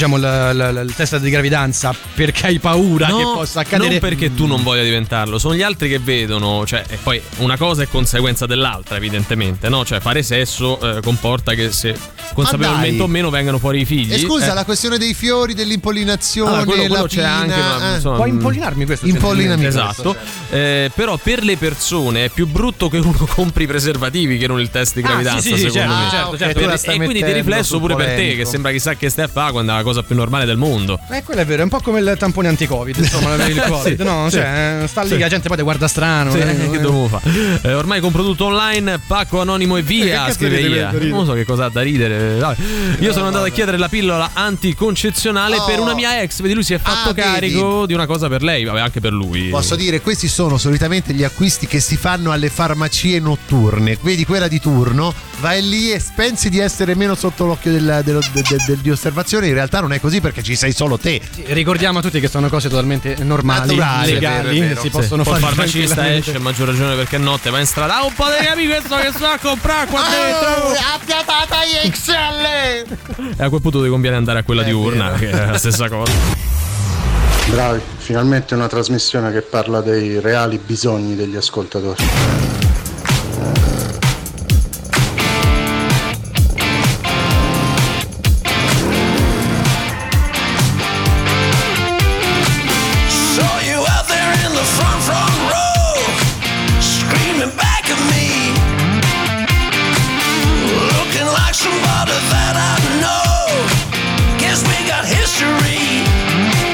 Speaker 4: test di gravidanza perché hai paura che possa accadere,
Speaker 3: non perché tu non voglia diventarlo, sono gli altri che vedono, cioè, e poi una cosa è conseguenza dell'altra, evidentemente, no? Cioè, fare sesso comporta che se consapevolmente o meno vengano fuori i figli.
Speaker 5: E scusa, la questione dei fiori, dell'impollinazione,
Speaker 3: quello c'è anche, ma, insomma,
Speaker 4: puoi impollinarmi questo?
Speaker 5: Impollinami,
Speaker 3: esatto. Però per le persone è più brutto che uno compri i preservativi che non il test di gravidanza, secondo me.
Speaker 4: Certo.
Speaker 3: E quindi di riflesso pure per te, che sembra chissà che stai a fare quando è la cosa più normale del mondo.
Speaker 4: Quello è vero, è un po' come il tampone anti-Covid, insomma, il Covid, no? Cioè, sta lì che la gente poi ti guarda strano.
Speaker 3: Che devo fare? Ormai compro tutto online, pacco anonimo e via, scrive Ia. Non so che cosa ha da ridere. Io sono andato a chiedere la pillola anticoncezionale per una mia ex, vedi, lui si è fatto carico di una cosa per lei, vabbè, anche per lui.
Speaker 5: Posso dire, questi sono solitamente gli acquisti che si fanno alle farmacie notturne. Vedi quella di turno, vai lì e pensi di essere meno sotto l'occhio di osservazione, in realtà non è così perché ci sei solo te.
Speaker 4: Sì, ricordiamo a tutti che sono cose totalmente normali,
Speaker 5: naturali,
Speaker 4: legali,
Speaker 5: vero.
Speaker 4: si possono fare.
Speaker 3: Il farmacista esce, a maggior ragione perché notte va in strada, un po' di capi questo che sto a comprare qua dentro.
Speaker 5: Appiatata XL!
Speaker 3: E a quel punto ti conviene andare a quella diurna, che è la stessa cosa.
Speaker 16: Bravi, finalmente una trasmissione che parla dei reali bisogni degli ascoltatori.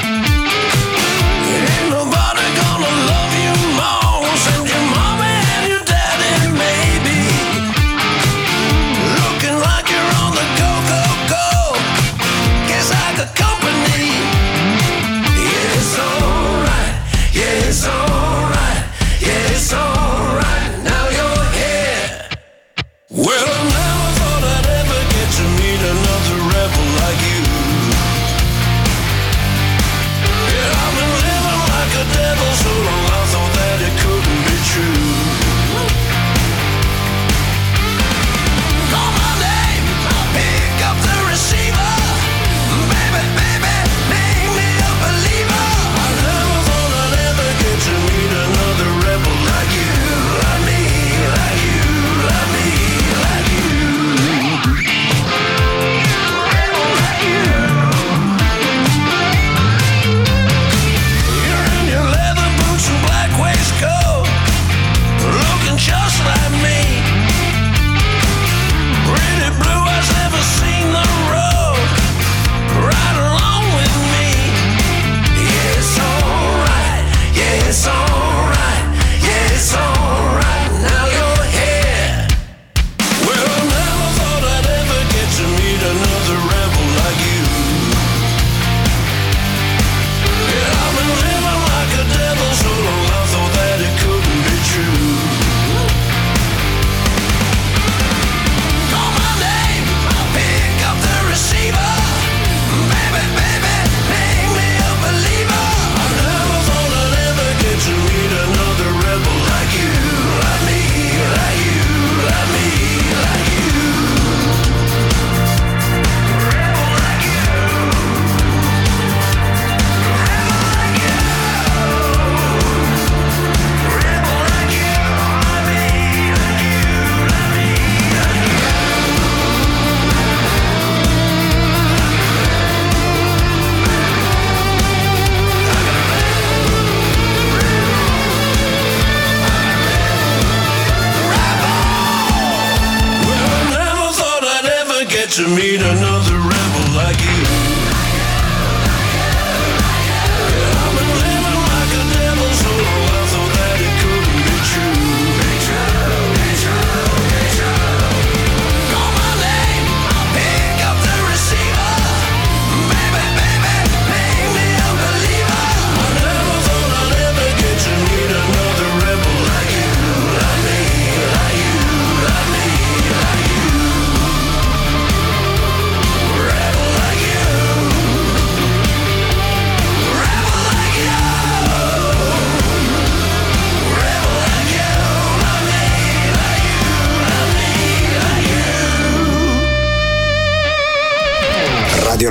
Speaker 13: Ain't nobody gonna love you more. Send your mama and your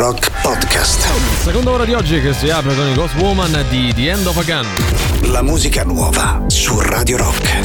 Speaker 1: Rock Podcast.
Speaker 3: Seconda ora di oggi che si apre con i Ghost Woman di The End of a Gun.
Speaker 1: La musica nuova su Radio Rock.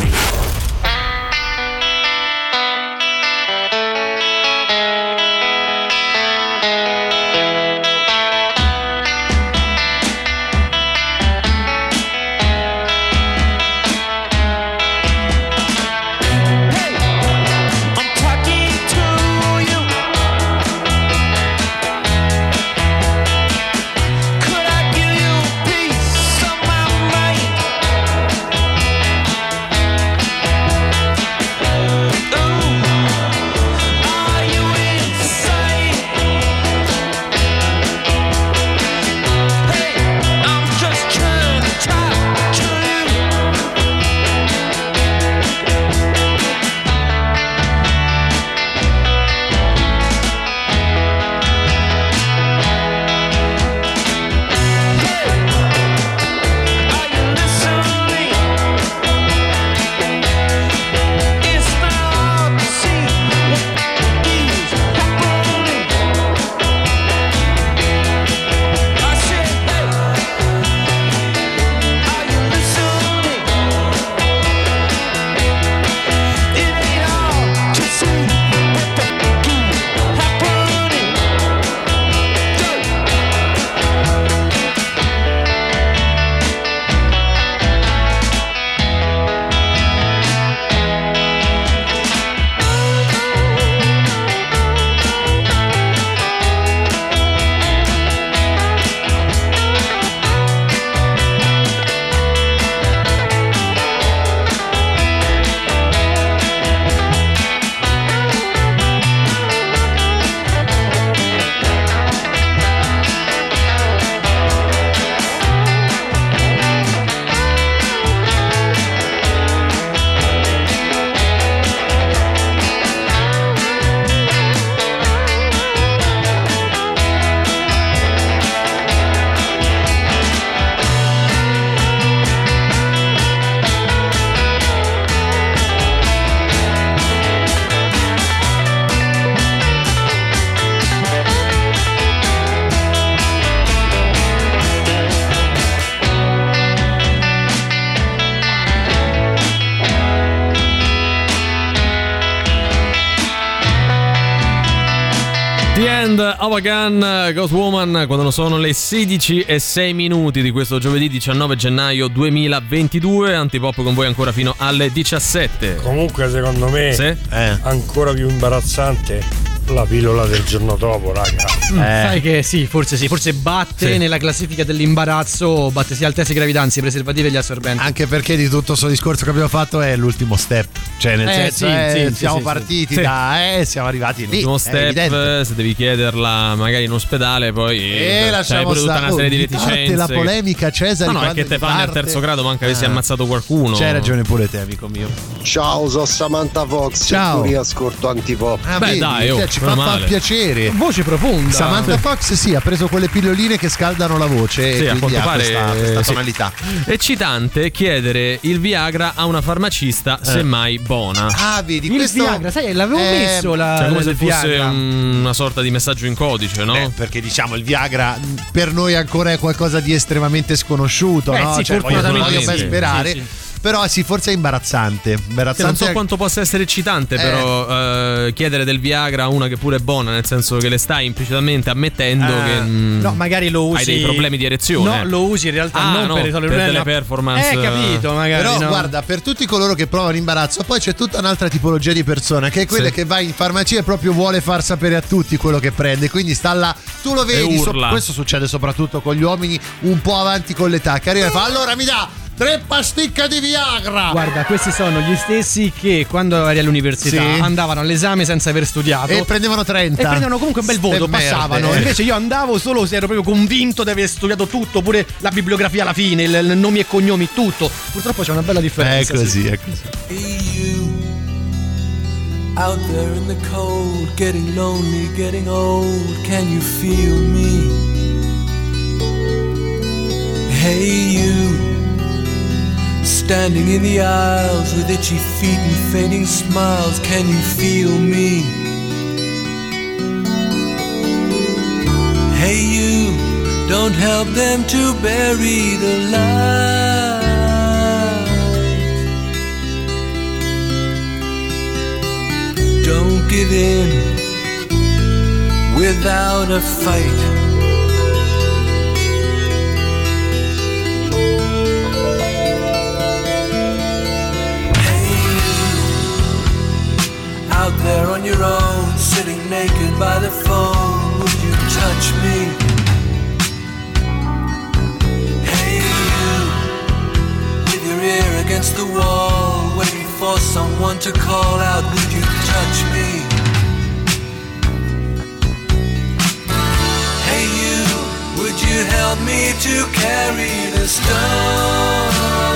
Speaker 3: of a Gun, Ghost Woman, quando sono le 16:06 di questo giovedì 19 gennaio 2022. Antipop con voi ancora fino alle 17.
Speaker 17: Comunque secondo me ancora più imbarazzante la pillola del giorno dopo, raga.
Speaker 4: Sai che sì, forse batte nella classifica dell'imbarazzo, batte sia al test di gravidanza, i preservativi e gli assorbenti.
Speaker 5: Anche perché di tutto questo discorso che abbiamo fatto è l'ultimo step. Cioè nel senso siamo partiti siamo arrivati lì.
Speaker 3: L'ultimo step, se devi chiederla magari in ospedale, poi c'hai pure tutta una serie di reticenze.
Speaker 5: La polemica, Cesare.
Speaker 3: No, è che te fanno al terzo grado, manca avessi ammazzato qualcuno.
Speaker 5: C'hai ragione pure te, amico mio.
Speaker 16: Ciao, sono Samantha Fox.
Speaker 5: Ciao.
Speaker 16: Io ascolto Antipop.
Speaker 5: Ci fa piacere.
Speaker 4: Voce profonda.
Speaker 5: Samantha Fox ha preso quelle pilloline che scaldano la voce e quindi ha questa tonalità.
Speaker 3: Eccitante chiedere il Viagra a una farmacista semmai buona.
Speaker 5: Ah, vedi,
Speaker 4: il Viagra, sai, l'avevo messo
Speaker 3: cioè come se fosse una sorta di messaggio in codice, no?
Speaker 5: Perché diciamo il Viagra per noi ancora è qualcosa di estremamente sconosciuto, no?
Speaker 4: Sì,
Speaker 5: cioè, voglio ben
Speaker 4: sì,
Speaker 5: sperare.
Speaker 4: Sì.
Speaker 5: Però sì, forse è imbarazzante.
Speaker 3: Non so quanto possa essere eccitante, però chiedere del Viagra a una che pure è buona, nel senso che le stai implicitamente ammettendo che
Speaker 4: no, magari lo usi,
Speaker 3: hai dei problemi di erezione.
Speaker 4: No, lo usi in realtà non per risolvere
Speaker 3: per delle performance.
Speaker 4: Capito, magari.
Speaker 5: Però guarda, per tutti coloro che provano imbarazzo, poi c'è tutta un'altra tipologia di persona, che è quella che va in farmacia e proprio vuole far sapere a tutti quello che prende. Quindi sta là, tu lo vedi, questo succede soprattutto con gli uomini un po' avanti con l'età, che arriva e fa: allora mi dà 3 pasticche di Viagra.
Speaker 4: Guarda, questi sono gli stessi che quando eri all'università andavano all'esame senza aver studiato
Speaker 5: e prendevano 30
Speaker 4: e prendevano comunque un bel voto, passavano. Invece io andavo solo se ero proprio convinto di aver studiato tutto, pure la bibliografia alla fine, il nomi e cognomi, tutto. Purtroppo c'è una bella differenza.
Speaker 5: È così.
Speaker 18: Out there in the cold, getting lonely, getting old, can you feel me? Hey you, standing in the aisles with itchy feet and fading smiles, can you feel me? Hey you, don't help them to bury the light. Don't give in without a fight. Hey you, out there on your own, sitting naked by the phone, would you touch me? Hey you, with your ear against the wall, waiting for someone to call out, would you touch me? Hey you, would you help me to carry the stone?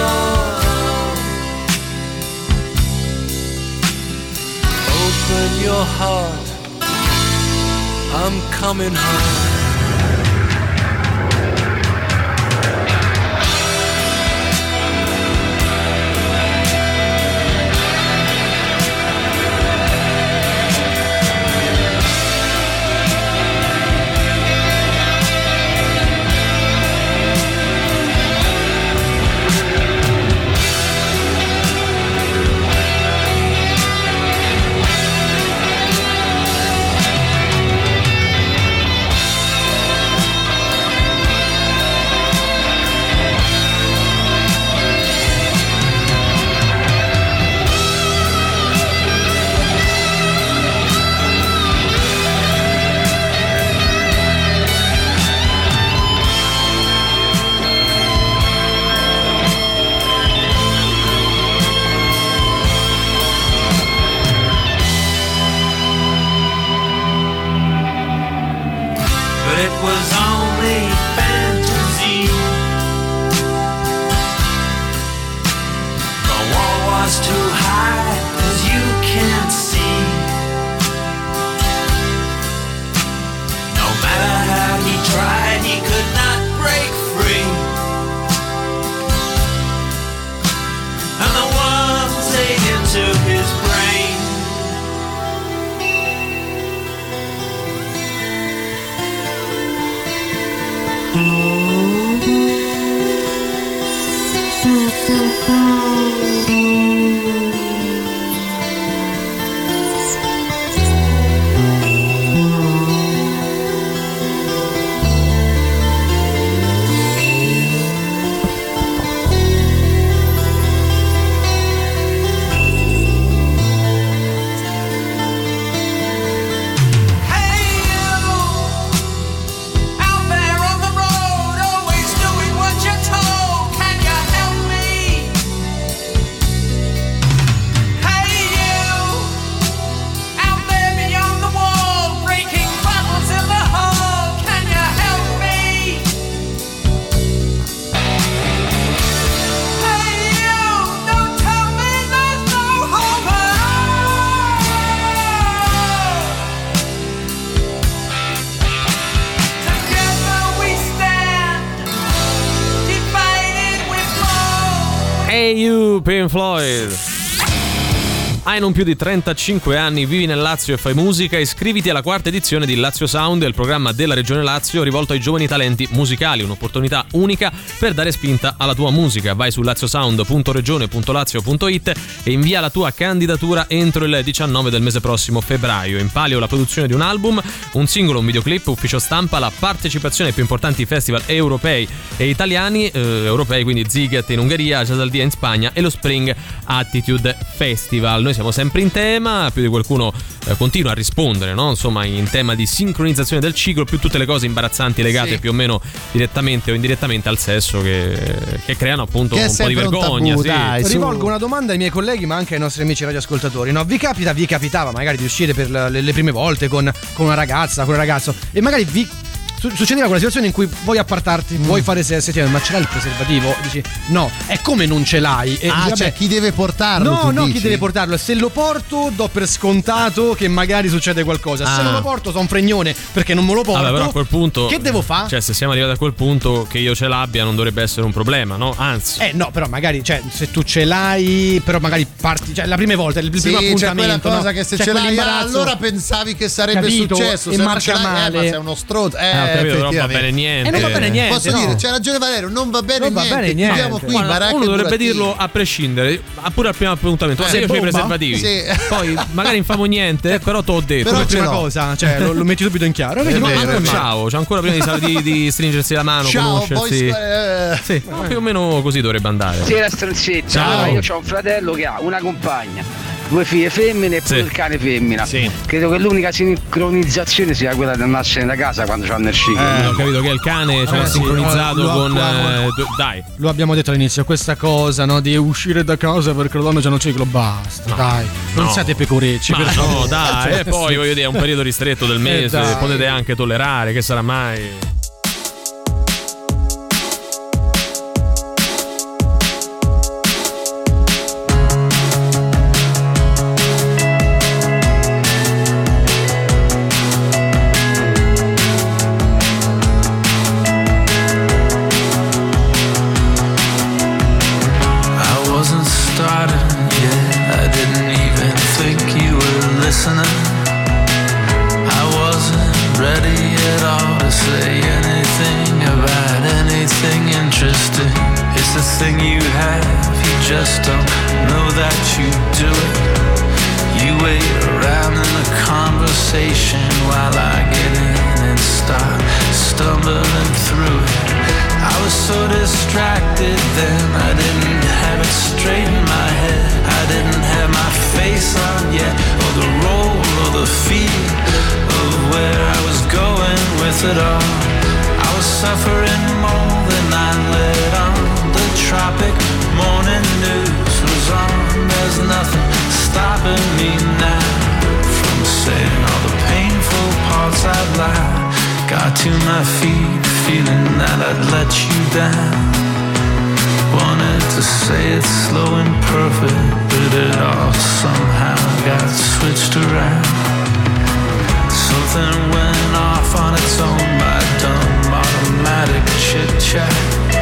Speaker 18: Open your heart, I'm coming home.
Speaker 3: Hey You, Pink Floyd. Hai non più di 35 anni, vivi nel Lazio e fai musica? Iscriviti alla quarta edizione di Lazio Sound, il programma della Regione Lazio rivolto ai giovani talenti musicali, un'opportunità unica per dare spinta alla tua musica. Vai su laziosound.regione.lazio.it e invia la tua candidatura entro il 19 del mese prossimo, febbraio. In palio la produzione di un album, un singolo, un videoclip, ufficio stampa, la partecipazione ai più importanti festival europei e italiani, europei quindi Ziget in Ungheria, Jazzaldia in Spagna e lo Spring Attitude Festival. Noi siamo sempre in tema, più di qualcuno continua a rispondere, no? Insomma, in tema di sincronizzazione del ciclo, più tutte le cose imbarazzanti legate più o meno direttamente o indirettamente al sesso che creano appunto un po' di vergogna.
Speaker 4: Tabù, dai, rivolgo una domanda ai miei colleghi ma anche ai nostri amici radioascoltatori, no? Vi capitava magari di uscire per le prime volte con una ragazza, con un ragazzo e magari succedeva quella situazione in cui vuoi appartarti, vuoi fare sesso, ma ce l'hai il preservativo? Dici no, è come non ce l'hai. E
Speaker 5: vabbè, cioè chi deve portarlo?
Speaker 4: No, chi deve portarlo? Se lo porto do per scontato che magari succede qualcosa. Se non lo porto sono un fregnone perché non me lo porto.
Speaker 3: Vabbè, però a quel punto
Speaker 4: che devo fare?
Speaker 3: Cioè, se siamo arrivati a quel punto che io ce l'abbia non dovrebbe essere un problema, no? Anzi.
Speaker 4: No, però magari, cioè, se tu ce l'hai, però magari parti, cioè la prima volta, il primo appuntamento,
Speaker 5: c'è quella cosa che se ce l'hai allora pensavi che sarebbe successo.
Speaker 4: E marcia male.
Speaker 5: Ma sei uno stronzo.
Speaker 3: capito, però va bene niente.
Speaker 4: non va bene niente.
Speaker 5: Posso dire, c'è ragione Valerio, non va bene
Speaker 4: Non va
Speaker 5: niente.
Speaker 4: bene niente.
Speaker 5: Chiudiamo qui,
Speaker 3: Guarda,
Speaker 5: baracche
Speaker 3: uno dovrebbe
Speaker 5: burattini.
Speaker 3: dirlo a prescindere, pure al primo appuntamento. Se io c'ho i
Speaker 4: bomba?
Speaker 3: preservativi,
Speaker 5: Sì.
Speaker 3: poi magari non famo niente, però t'ho detto.
Speaker 5: Però
Speaker 4: Come
Speaker 5: ce
Speaker 4: prima
Speaker 5: l'ho.
Speaker 4: cosa, cioè lo metti subito in chiaro. Vedi,
Speaker 5: È
Speaker 4: ma
Speaker 5: vero,
Speaker 4: non
Speaker 5: è
Speaker 4: è
Speaker 5: vero.
Speaker 4: male.
Speaker 3: Ciao, c'è ancora prima di stringersi la mano,
Speaker 5: Ciao,
Speaker 3: conoscersi.
Speaker 5: boys.
Speaker 3: Sì, ma più o meno così dovrebbe andare.
Speaker 19: Buonasera stronzetti.
Speaker 3: Ciao.
Speaker 19: Allora, io ho un fratello che ha una compagna, 2 figlie femmine e pure
Speaker 3: Sì.
Speaker 19: il cane femmina.
Speaker 4: Sì.
Speaker 19: Credo che l'unica sincronizzazione sia quella di andarsene da casa quando c'hanno il ciclo.
Speaker 3: Ho capito che il cane ci ha
Speaker 4: sì,
Speaker 3: sincronizzato
Speaker 4: lo
Speaker 3: con.
Speaker 4: abbiamo-
Speaker 3: Dai.
Speaker 4: Lo abbiamo detto all'inizio, questa cosa, no, di uscire da casa perché le donne c'hanno il ciclo, basta, dai. Non
Speaker 3: no.
Speaker 4: siate pecorecci,
Speaker 3: Ma
Speaker 4: per
Speaker 3: no,
Speaker 4: favore.
Speaker 3: dai,
Speaker 4: Cioè,
Speaker 3: e poi voglio dire, è un periodo ristretto del mese,
Speaker 4: dai.
Speaker 3: potete anche tollerare, che sarà mai.
Speaker 18: I wasn't starting yet. I didn't even think you were listening. I wasn't ready at all to say anything about anything interesting. It's the thing you have, you just don't know that you do it. You wait around in the conversation while I get in and start stumbling through it. I was so distracted then, I didn't have it straight in my head. I didn't have my face on yet, or the role or the feel of where I was going with it all. I was suffering more than I let on. The tropic morning news was on. There's nothing stopping me now from saying all the painful parts I'd lied. Got to my feet, feeling that I'd let you down. Wanted to say it slow and perfect, but it all somehow got switched around. Something went off on its own by dumb automatic chit-chat.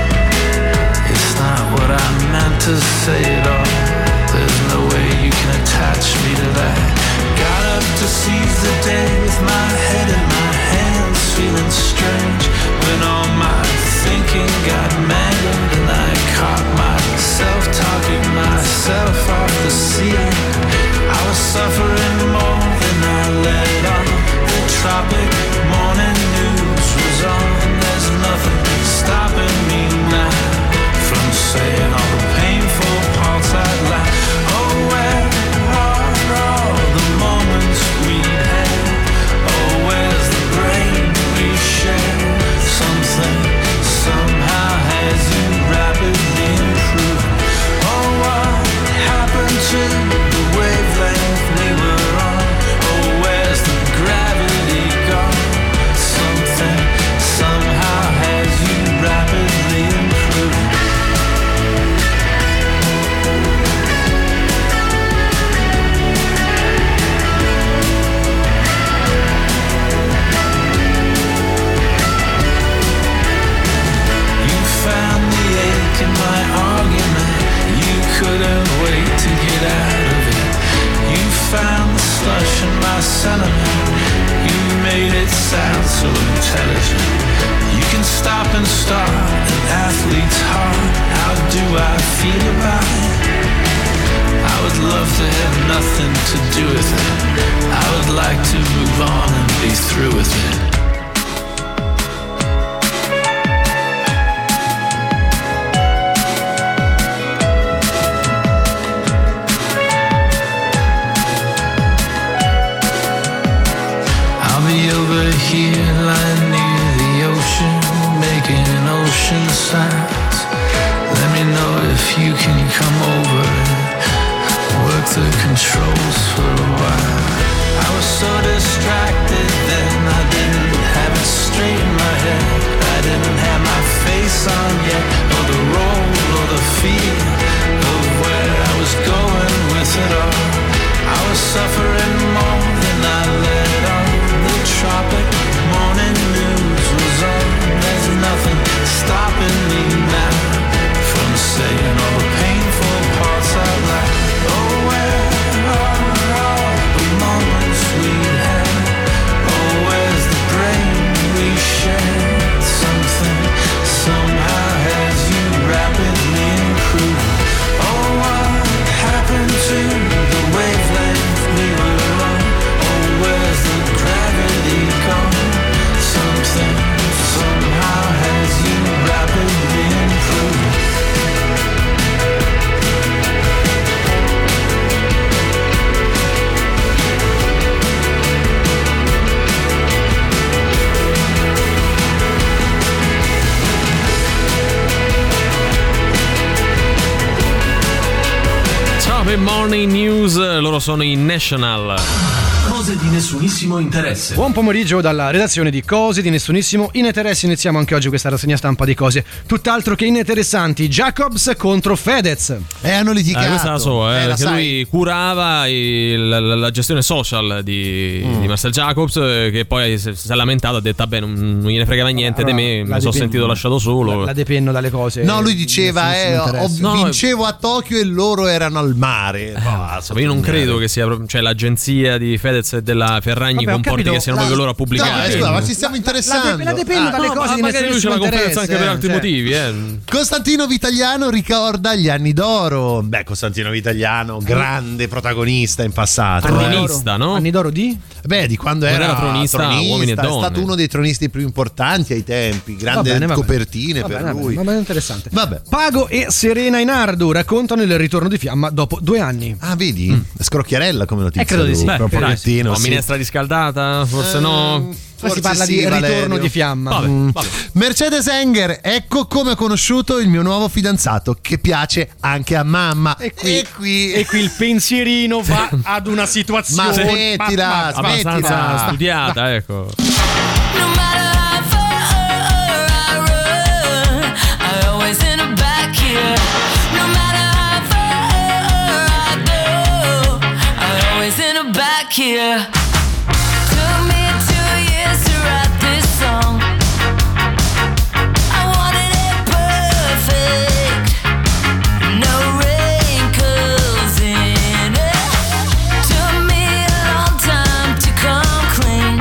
Speaker 18: It's not what I meant to say at all. There's no way you can attach me to that. Got up to seize the day with my head in my hands, feeling strange when all my thinking got mangled and I caught myself talking myself off the ceiling. I was suffering more than I let on. The tropic morning news was on. There's nothing stopping me now from saying all the painful parts I'd like. Oh, where are all the moments we had? Oh, where's the brain we share? Something somehow has you rapidly improved. Oh, what happened to the wavelength we were on? Oh, where's the gravity gone? Something somehow has you rapidly improved. You found the ache in my argument. You couldn't wait to get out of it. You found the slush in my sentiment. You made it sound so intelligent. You can stop and start an athlete's heart. How do I feel about it? I would love to have nothing to do with it. I would like to move on and be through with it. I'll be over here lying near the ocean, making ocean sounds. Let me know if you can come over and work the controls for a while. I was so distracted then, I didn't have it straight in my head. I didn't have my face on yet, or the role or the feel of where I was going with it all. I was suffering more than I let on. The tropic morning news was on. There's nothing stopping me now from saying all the painful parts out loud. Oh, where are all
Speaker 3: The Morning News, loro sono i National.
Speaker 20: Cose di nessunissimo interesse.
Speaker 4: Buon pomeriggio dalla redazione di Cose di nessunissimo interesse. Iniziamo anche oggi questa rassegna stampa di cose tutt'altro che ininteressanti. Jacobs contro Fedez.
Speaker 5: Hanno litigato.
Speaker 3: Questa la so,
Speaker 5: la
Speaker 3: che lui curava la gestione social di Marcel Jacobs, che poi si è lamentato, ha detto vabbè non gliene fregava niente di me, mi sono sentito lasciato solo.
Speaker 4: La depenno dalle cose.
Speaker 5: No, lui diceva vincevo a Tokyo e loro erano al mare.
Speaker 3: Io non credo che sia l'agenzia di Fedez e della Ferragni comporti che siano proprio loro a pubblicare.
Speaker 5: No, ma ci stiamo interessando.
Speaker 4: La dipende dalle cose di
Speaker 3: magari lui c'è la conferenza anche per altri motivi.
Speaker 5: Costantino Vitagliano ricorda gli anni d'oro. Beh, Costantino Vitagliano, grande protagonista in passato.
Speaker 3: Tronista, no?
Speaker 4: Anni d'oro di?
Speaker 5: Beh, di quando era
Speaker 3: tronista, uomini e donne.
Speaker 5: È stato uno dei tronisti più importanti ai tempi. Grande copertine per lui.
Speaker 4: Va bene, interessante.
Speaker 5: Vabbè.
Speaker 4: Pago e Serena Inardo raccontano il ritorno di Fiamma dopo 2 anni.
Speaker 5: Ah, vedi? Scrocchiarella come notizia.
Speaker 4: Credo di sì.
Speaker 3: Minestra riscaldata? Forse no.
Speaker 4: Forse si parla di ritorno di Fiamma.
Speaker 3: Vabbè.
Speaker 5: Mercedes Enger, ecco come ho conosciuto il mio nuovo fidanzato, che piace anche a mamma.
Speaker 4: E qui il pensierino va ad una situazione.
Speaker 5: Ma smettila,
Speaker 3: abbastanza studiata, ecco.
Speaker 13: Here took me 2 years to write this song. I wanted it perfect, no wrinkles in it. Took me a long time to come clean.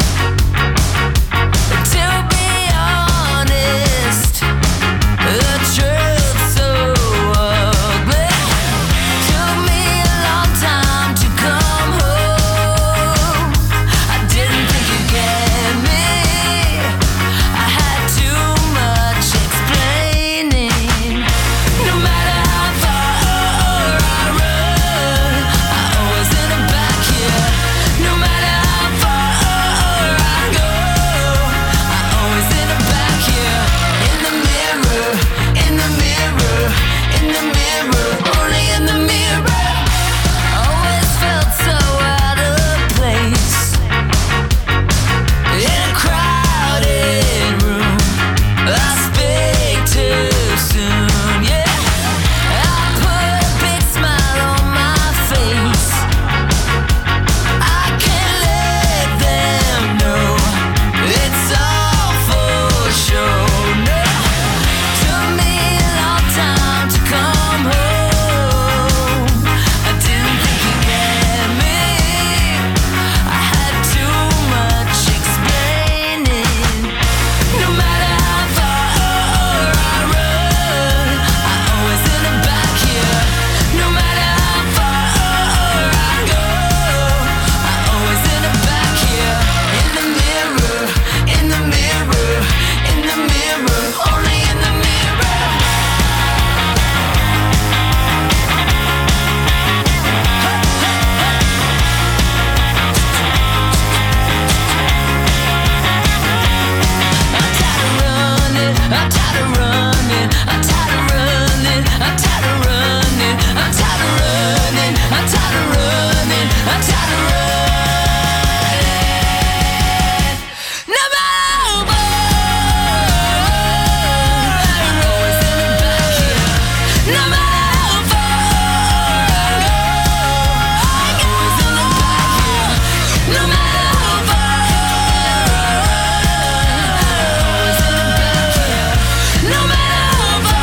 Speaker 13: To be honest, the truth's so ugly. Took me a long time to come home. I didn't think you'd get me. I had too much explaining. No matter how far I run, I always end up back here. No matter how far I go, I always end up back here. In the mirror, in the mirror, in the mirror, only in the mirror. Always felt so out of place in a crowded room. I speak too soon, yeah. I put a big smile on my face. I can't let them know it's all for show. No, took me a long time to come home. I didn't think you'd get me. I had too much explaining. No matter how far I run, I always end up back here. No matter how far I go, I always end up back here. In the mirror, in the mirror, in the mirror, only in the mirror. I'm tired of running, I'm tired of running, I'm tired of running, I'm tired of running, I'm tired of running, I'm tired of running. No matter how far I always end up back here. No matter how far I go, I always end up back here. No matter how far no matter how far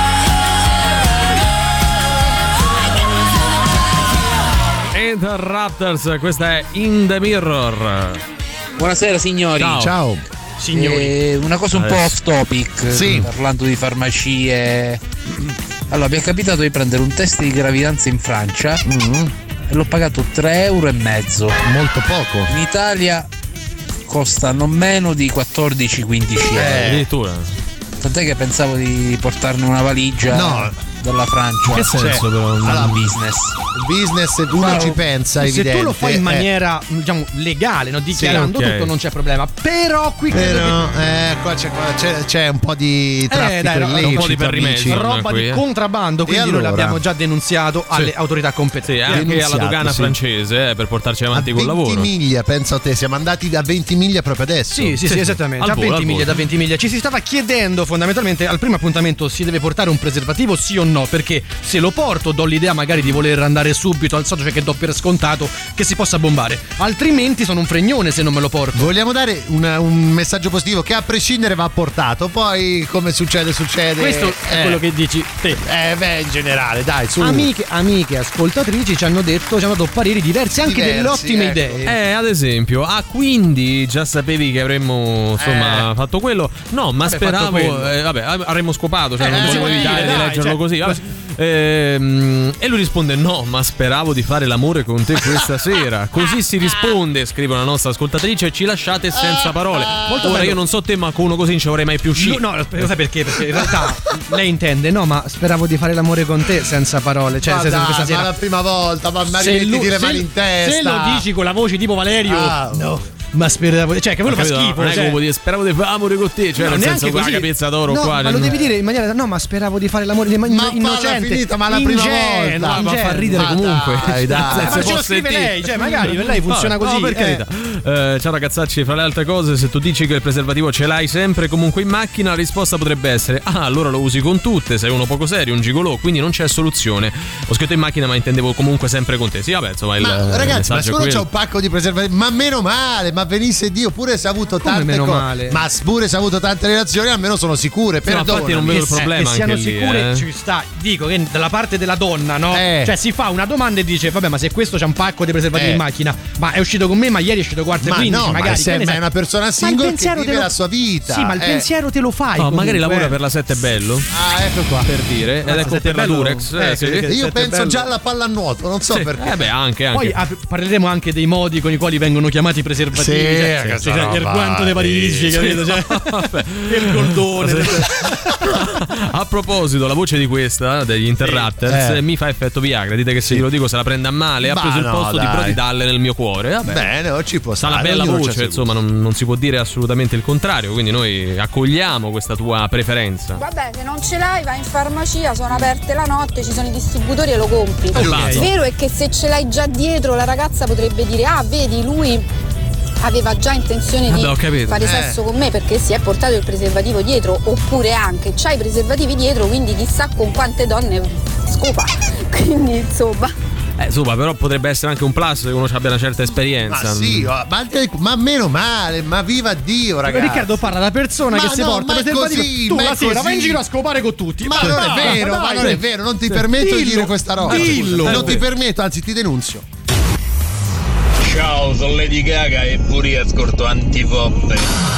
Speaker 3: Ed Raptors, questa è In the Mirror.
Speaker 21: Buonasera signori.
Speaker 5: Ciao.
Speaker 21: Signori. Una cosa un po' off topic,
Speaker 5: Sì.
Speaker 21: parlando di farmacie. Allora, mi è capitato di prendere un test di gravidanza in Francia e l'ho pagato 3,5 €.
Speaker 5: Molto poco.
Speaker 21: In Italia costa non meno di 14-15 euro.
Speaker 3: Addirittura.
Speaker 21: Tant'è che pensavo di portarne una valigia.
Speaker 5: No,
Speaker 21: della Francia.
Speaker 3: Che senso però?
Speaker 21: Alla business.
Speaker 5: Business, se uno ci pensa,
Speaker 4: se
Speaker 5: evidente.
Speaker 4: tu lo fai in maniera diciamo legale, no? Dichiarando
Speaker 3: Sì, ok.
Speaker 4: tutto, non c'è problema. Però qui credo
Speaker 5: Però
Speaker 4: che
Speaker 5: qua c'è un po' di traffico
Speaker 4: dai,
Speaker 5: illecito,
Speaker 3: un po' di perrimessi.
Speaker 5: amici.
Speaker 4: roba
Speaker 3: qui,
Speaker 4: di
Speaker 3: eh.
Speaker 4: contrabbando, quindi
Speaker 5: allora?
Speaker 4: noi l'abbiamo già denunziato alle autorità competenti.
Speaker 3: Sì, anche alla
Speaker 5: Denunziato,
Speaker 3: dogana
Speaker 5: sì.
Speaker 3: francese per portarci avanti
Speaker 5: A
Speaker 3: col
Speaker 5: 20
Speaker 3: lavoro.
Speaker 5: miglia, pensa a te, siamo andati a 20 miglia proprio adesso.
Speaker 4: Sì, esattamente.
Speaker 3: Al
Speaker 4: A
Speaker 3: volo,
Speaker 4: 20
Speaker 3: al
Speaker 4: miglia,
Speaker 3: volo.
Speaker 4: da 20 miglia. Ci si stava chiedendo fondamentalmente al primo appuntamento si deve portare un preservativo, sì o no? Perché se lo porto do l'idea magari di voler andare subito al socio, cioè che do per scontato che si possa bombare. Altrimenti sono un fregnone se non me lo porto.
Speaker 5: Vogliamo dare un messaggio positivo che a prescindere va portato, poi come succede.
Speaker 4: Questo è quello che dici te.
Speaker 5: In generale, dai, su.
Speaker 4: Amiche ascoltatrici ci hanno dato pareri diversi anche
Speaker 5: Diversi,
Speaker 4: delle ottime
Speaker 5: ecco.
Speaker 4: idee.
Speaker 3: Ad esempio, quindi già sapevi che avremmo insomma fatto quello? No, ma
Speaker 4: Vabbè,
Speaker 3: speravo.
Speaker 4: fatto quello.
Speaker 3: Avremmo scopato, cioè non
Speaker 4: si
Speaker 3: volevo
Speaker 4: può
Speaker 3: evitare
Speaker 4: dire,
Speaker 3: di
Speaker 4: dai,
Speaker 3: leggerlo
Speaker 4: cioè,
Speaker 3: così. Vabbè. E lui risponde: no, ma speravo di fare l'amore con te questa sera. Così si risponde, scrive una nostra ascoltatrice, e ci lasciate senza parole.
Speaker 4: Molto
Speaker 3: Ora
Speaker 4: bello.
Speaker 3: io non so te, ma con uno così non ci vorrei mai più uscire.
Speaker 4: No, sai perché? Perché in realtà lei intende, no, ma speravo di fare l'amore con te senza parole. Cioè,
Speaker 5: Ma
Speaker 4: nel senso,
Speaker 5: dai,
Speaker 4: questa sera.
Speaker 5: ma la prima volta, ma
Speaker 4: Se
Speaker 5: rimettiti le
Speaker 4: se-
Speaker 5: mani in testa.
Speaker 4: Se lo dici con la voce tipo Valerio, no. Ma speravo, cioè che quello fa
Speaker 3: Capito?
Speaker 4: schifo.
Speaker 3: Non è
Speaker 4: cioè.
Speaker 3: come dire speravo di fare amore con te, cioè
Speaker 4: No,
Speaker 3: nel
Speaker 4: neanche
Speaker 3: senso
Speaker 4: così.
Speaker 3: la capezza d'oro
Speaker 4: no,
Speaker 3: qua.
Speaker 4: ma lo devi dire in maniera no, ma speravo di fare l'amore innocente.
Speaker 5: finita, ma la prima
Speaker 4: ingenuo,
Speaker 5: volta.
Speaker 3: Ma fa ridere
Speaker 5: Ma
Speaker 3: comunque.
Speaker 5: dai.
Speaker 4: Ma
Speaker 3: Se
Speaker 4: ce lo
Speaker 3: può
Speaker 4: scrive
Speaker 3: sentire.
Speaker 4: lei, cioè magari per lei funziona così.
Speaker 3: No, per carità. Ciao ragazzacci, fra le altre cose, se tu dici che il preservativo ce l'hai sempre comunque in macchina, la risposta potrebbe essere: ah, allora lo usi con tutte, sei uno poco serio, un gigolò, quindi non c'è soluzione. Ho scritto in macchina, ma intendevo comunque sempre con te. Sì, vabbè, insomma,
Speaker 5: Ragazzi, ma
Speaker 3: il
Speaker 5: se uno c'ha un pacco di preservativi, ma meno male, ma venisse Dio, pure se ha avuto tante
Speaker 4: meno
Speaker 5: cose,
Speaker 4: male?
Speaker 5: ma pure se ha avuto tante relazioni, almeno sono sicure.
Speaker 3: Sì, ma infatti non vedo il problema
Speaker 4: che siano
Speaker 3: anche lì,
Speaker 4: sicure ci sta. Dico che dalla parte della donna, no? Cioè si fa una domanda e dice vabbè, ma se questo c'ha un pacco di preservativi in macchina, ma è uscito con me, ma ieri è uscito quarto e
Speaker 5: Ma
Speaker 4: 15
Speaker 5: no,
Speaker 4: magari,
Speaker 5: ma
Speaker 4: che
Speaker 5: se
Speaker 4: ne
Speaker 5: è
Speaker 4: sai?
Speaker 5: una persona
Speaker 4: Ma il
Speaker 5: single che
Speaker 4: pensiero
Speaker 5: vive
Speaker 4: te lo-
Speaker 5: la sua vita.
Speaker 4: Sì, ma il pensiero te lo fai
Speaker 3: No,
Speaker 4: comunque,
Speaker 3: magari lavora per la 7 è bello.
Speaker 5: Ah, ecco qua.
Speaker 3: Per dire, ed ecco per la Durex.
Speaker 4: sì,
Speaker 5: Io penso già alla pallanuoto, non so
Speaker 3: Sì.
Speaker 5: perché.
Speaker 3: Beh, anche.
Speaker 4: Poi parleremo anche dei modi con i quali vengono chiamati i preservativi.
Speaker 5: Sì,
Speaker 4: cioè,
Speaker 5: questa
Speaker 4: il
Speaker 5: roba,
Speaker 4: guanto di Parigi,
Speaker 3: sì.
Speaker 4: capito? Cioè, il goldone.
Speaker 3: A proposito, la voce di questa degli Interrupters mi fa effetto Viagra. Dite che se glielo dico se la prende a male. Ha
Speaker 5: Ma
Speaker 3: preso il
Speaker 5: no,
Speaker 3: posto di
Speaker 5: dai.
Speaker 3: Prodidalle nel mio cuore. Vabbè.
Speaker 5: Bene, o ci può
Speaker 3: Sta
Speaker 5: stare.
Speaker 3: una bella
Speaker 5: ognuno c'ha
Speaker 3: voce,
Speaker 5: i
Speaker 3: insomma, non si può dire assolutamente il contrario. Quindi noi accogliamo questa tua preferenza.
Speaker 6: Vabbè, se non ce l'hai vai in farmacia, sono aperte la notte, ci sono i distributori e lo compri.
Speaker 3: Ok.
Speaker 6: Il vero è che se ce l'hai già dietro la ragazza potrebbe dire ah vedi lui aveva già intenzione
Speaker 3: Vabbè, ho
Speaker 6: di
Speaker 3: capito.
Speaker 6: fare sesso con me perché si è portato il preservativo dietro, oppure anche c'hai i preservativi dietro, quindi chissà con quante donne scopa. Quindi insomma.
Speaker 3: Insomma, però potrebbe essere anche un plus che uno abbia una certa esperienza.
Speaker 5: Ma sì, ma meno male, ma viva Dio, ragazzi.
Speaker 4: Riccardo parla da persona
Speaker 5: Ma
Speaker 4: che si
Speaker 5: no,
Speaker 4: porta
Speaker 5: ma è
Speaker 4: preservativo.
Speaker 5: così,
Speaker 4: Tu
Speaker 5: ma
Speaker 4: la
Speaker 5: è
Speaker 4: sera
Speaker 5: così.
Speaker 4: vai in giro a scopare con tutti.
Speaker 5: Ma non è vero, ma non è vero, non ti permetto di dire questa roba.
Speaker 4: Dillo.
Speaker 5: Non ti permetto, anzi ti denunzio.
Speaker 22: Ciao, sono Lady Gaga e pure io ascolto Antipoppe.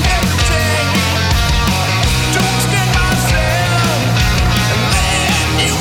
Speaker 13: You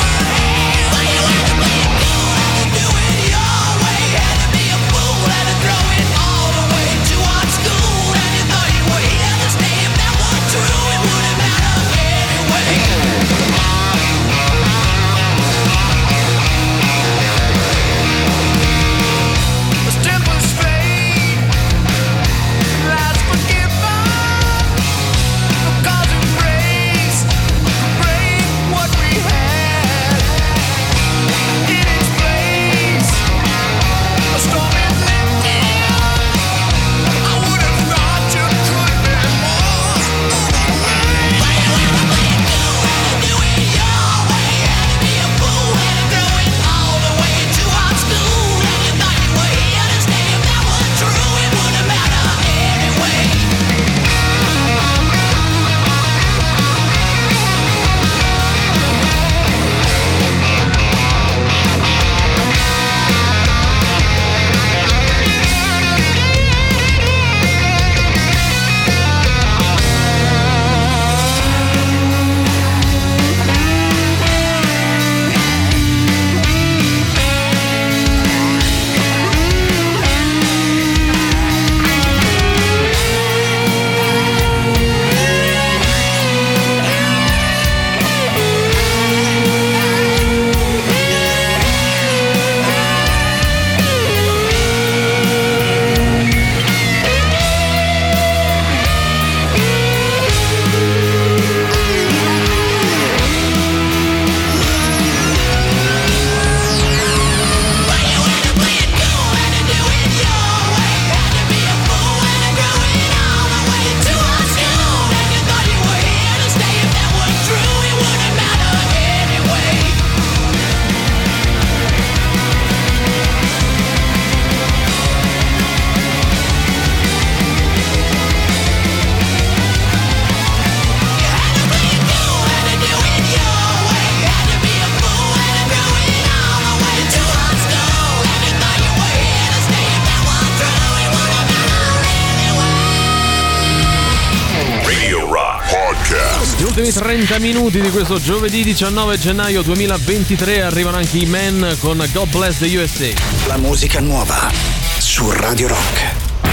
Speaker 3: ultimi 30 minuti di questo giovedì 19 gennaio 2023 arrivano anche i Men con God Bless the USA.
Speaker 1: La musica nuova su Radio Rock.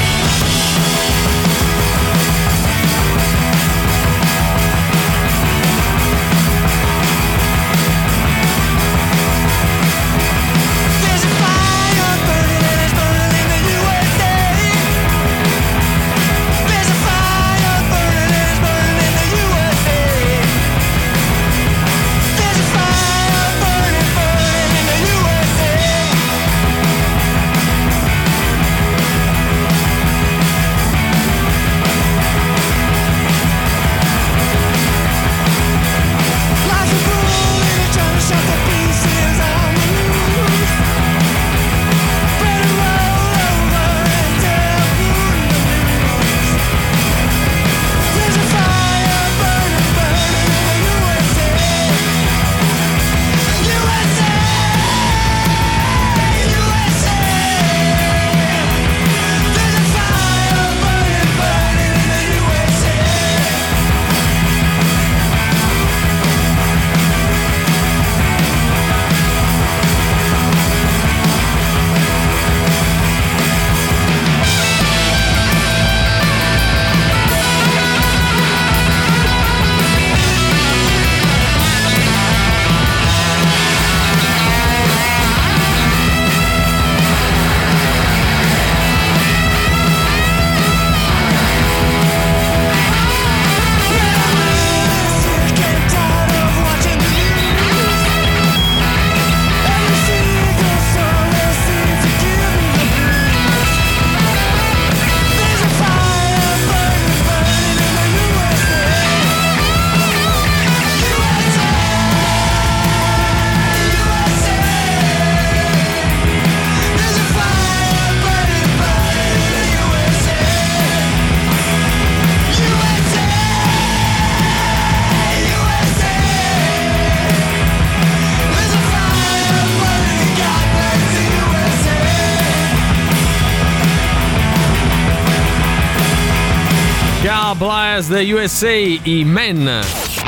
Speaker 3: Blast the USA, i Men.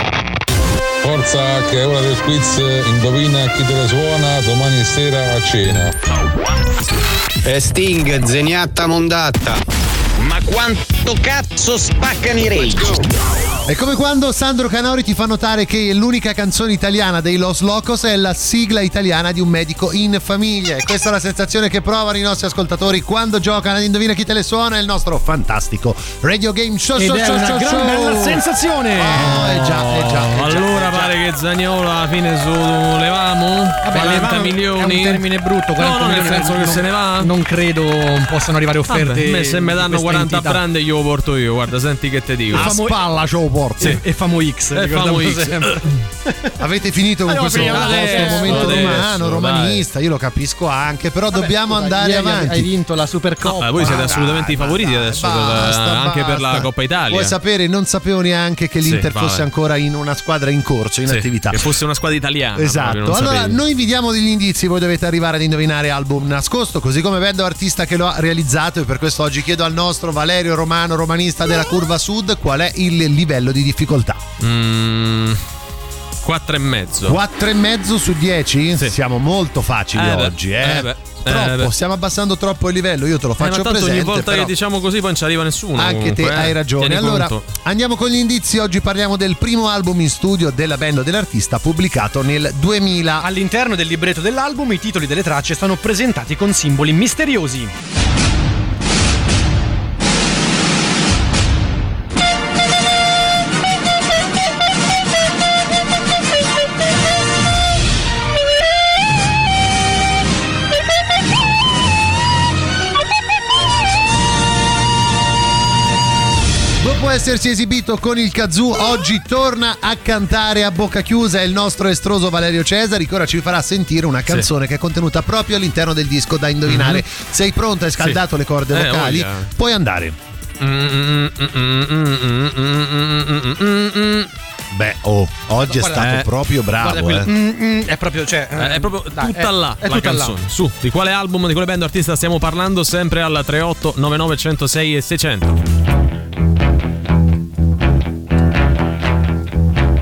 Speaker 9: Forza che è ora del quiz, indovina chi te le suona domani sera a cena.
Speaker 10: Sting, zeniatta mondatta. Ma quanto cazzo spaccano i Rage?
Speaker 5: È come quando Sandro Canori ti fa notare che l'unica canzone italiana dei Los Locos è la sigla italiana di Un medico in famiglia. E questa è la sensazione che provano i nostri ascoltatori quando giocano ad Indovina chi te le suona, il nostro fantastico Radio Game Show.
Speaker 4: Ed è una gran bella sensazione.
Speaker 5: Già.
Speaker 3: Allora pare che Zaniolo alla fine levamo? 40 milioni.
Speaker 4: È un termine brutto.
Speaker 3: No, nel senso che se ne va?
Speaker 4: Non credo possano arrivare offerte.
Speaker 3: Vabbè, a me se mi danno 40 brand io lo porto io. Guarda, senti che te dico.
Speaker 5: A spalla ce lo porto.
Speaker 4: Sì. E famo X.
Speaker 5: Avete finito con questo momento romanista? Io lo capisco anche, però dobbiamo andare avanti.
Speaker 4: Hai vinto la Supercoppa.
Speaker 3: Voi siete assolutamente i favoriti adesso, anche per la Coppa Italia.
Speaker 5: Vuoi sapere? Non sapevo neanche che l'Inter fosse ancora in una squadra in corso, in attività.
Speaker 3: Che fosse una squadra italiana.
Speaker 5: Esatto. Allora, noi vi diamo degli indizi, voi dovete arrivare ad indovinare album nascosto, così come vedo artista che lo ha realizzato. E per questo oggi chiedo al nostro Valerio Romano, romanista della Curva Sud, qual è il livello di difficoltà.
Speaker 3: 4,5.
Speaker 5: 4,5 su 10? Sì. Siamo molto facili oggi, Troppo, stiamo abbassando troppo il livello, io te lo faccio presente.
Speaker 3: Ogni volta
Speaker 5: però
Speaker 3: che diciamo così poi non ci arriva nessuno.
Speaker 5: Anche
Speaker 3: comunque,
Speaker 5: te hai ragione. Allora, andiamo con gli indizi. Oggi parliamo del primo album in studio della band o dell'artista pubblicato nel 2000.
Speaker 4: All'interno del libretto dell'album i titoli delle tracce sono presentati con simboli misteriosi.
Speaker 5: Dopo essersi esibito con il kazoo, oggi torna a cantare a bocca chiusa il nostro estroso Valerio Cesari, che ora ci farà sentire una canzone che è contenuta proprio all'interno del disco da indovinare. Sei pronto? Hai scaldato le corde vocali? Puoi andare. Beh, oggi è stato proprio bravo.
Speaker 4: È proprio,
Speaker 3: è proprio tutta là la canzone. Su, di quale album, di quale band o artista stiamo parlando? Sempre al 38 99 106 e 600.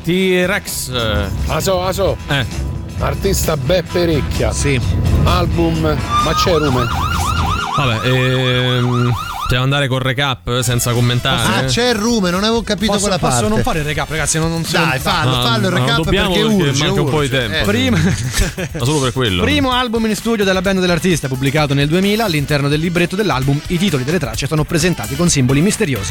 Speaker 3: T-Rex.
Speaker 15: Aso. Artista Beppe Recchia.
Speaker 5: Sì.
Speaker 15: Album. Ma c'è Rume?
Speaker 3: Vabbè, possiamo andare col recap senza commentare.
Speaker 5: C'è il Rume, non avevo capito quella parte.
Speaker 4: Posso non fare il recap, ragazzi?
Speaker 5: Dai, fallo il recap
Speaker 3: dobbiamo perché manca un po' di tempo.
Speaker 4: Prima,
Speaker 3: ma solo per quello.
Speaker 4: Primo album in studio della band dell'artista, pubblicato nel 2000. All'interno del libretto dell'album i titoli delle tracce sono presentati con simboli misteriosi.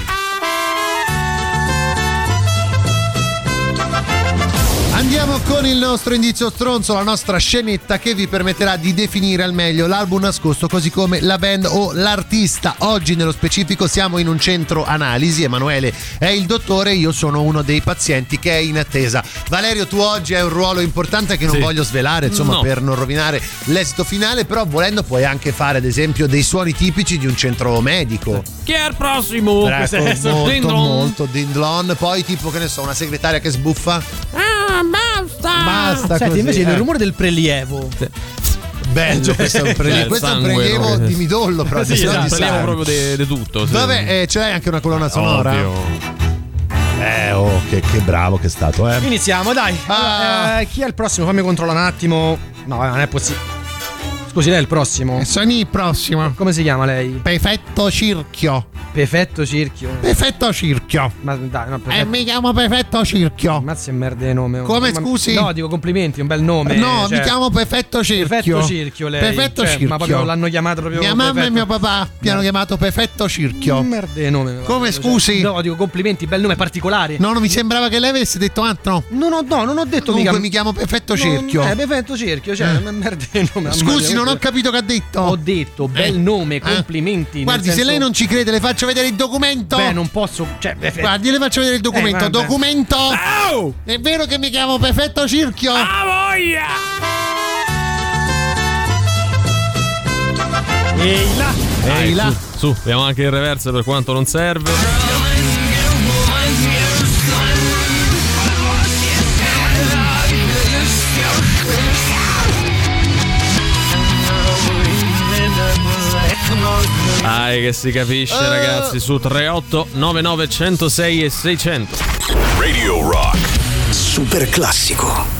Speaker 5: Andiamo con il nostro indizio stronzo, la nostra scenetta che vi permetterà di definire al meglio l'album nascosto, così come la band o l'artista. Oggi nello specifico siamo in un centro analisi, Emanuele è il dottore, io sono uno dei pazienti che è in attesa. Valerio, tu oggi hai un ruolo importante che non voglio svelare, insomma, per non rovinare l'esito finale, però volendo puoi anche fare ad esempio dei suoni tipici di un centro medico.
Speaker 3: Chi è il prossimo?
Speaker 5: Molto Dindlon. Poi tipo, che ne so, una segretaria che sbuffa. Basta.
Speaker 4: Senti,
Speaker 5: così,
Speaker 4: invece il rumore del prelievo.
Speaker 5: Bello, questo è un prelievo. Questo è un prelievo di midollo, però
Speaker 3: sì, esatto, prelievo proprio di tutto.
Speaker 5: Vabbè, ce l'hai anche una colonna sonora? Che bravo che è stato,
Speaker 4: Iniziamo, dai. Chi è il prossimo? Fammi controllare un attimo. No, non è possibile. Scusi, lei è il prossimo?
Speaker 5: Sono il prossimo.
Speaker 4: Come si chiama lei?
Speaker 5: Perfetto Circhio.
Speaker 4: Perfetto Circhio.
Speaker 5: Perfetto Circhio.
Speaker 4: Ma dai, no,
Speaker 5: mi chiamo Perfetto Circhio.
Speaker 4: Mazza e merda di nome.
Speaker 5: Come, scusi?
Speaker 4: No, dico complimenti, un bel nome.
Speaker 5: No, mi chiamo Perfetto Circhio.
Speaker 4: Perfetto Circhio lei.
Speaker 5: Perfetto Circhio.
Speaker 4: Ma proprio l'hanno chiamato proprio.
Speaker 5: Mia mamma e mio papà mi hanno chiamato Perfetto Circhio.
Speaker 4: Merda di nome.
Speaker 5: Come, scusi?
Speaker 4: No, dico complimenti, bel nome particolare.
Speaker 5: No, non mi sembrava che lei avesse detto altro.
Speaker 4: Non ho detto
Speaker 5: Comunque mi chiamo Perfetto Circhio.
Speaker 4: Perfetto Circhio, cioè merda di nome.
Speaker 5: Scusi, non ho capito che ha detto.
Speaker 4: Ho detto bel nome, complimenti.
Speaker 5: Guardi, se lei non ci crede, le faccio vedere il documento.
Speaker 4: Beh, non posso.
Speaker 5: Guardi, le faccio vedere il documento. Documento. È vero che mi chiamo Perfetto Circhio?
Speaker 3: Ah, voglia!
Speaker 5: Ehi là.
Speaker 3: Su, abbiamo anche il reverse per quanto non serve. Dai che si capisce ragazzi, su 38 99 106 e 600.
Speaker 1: Radio Rock Super classico.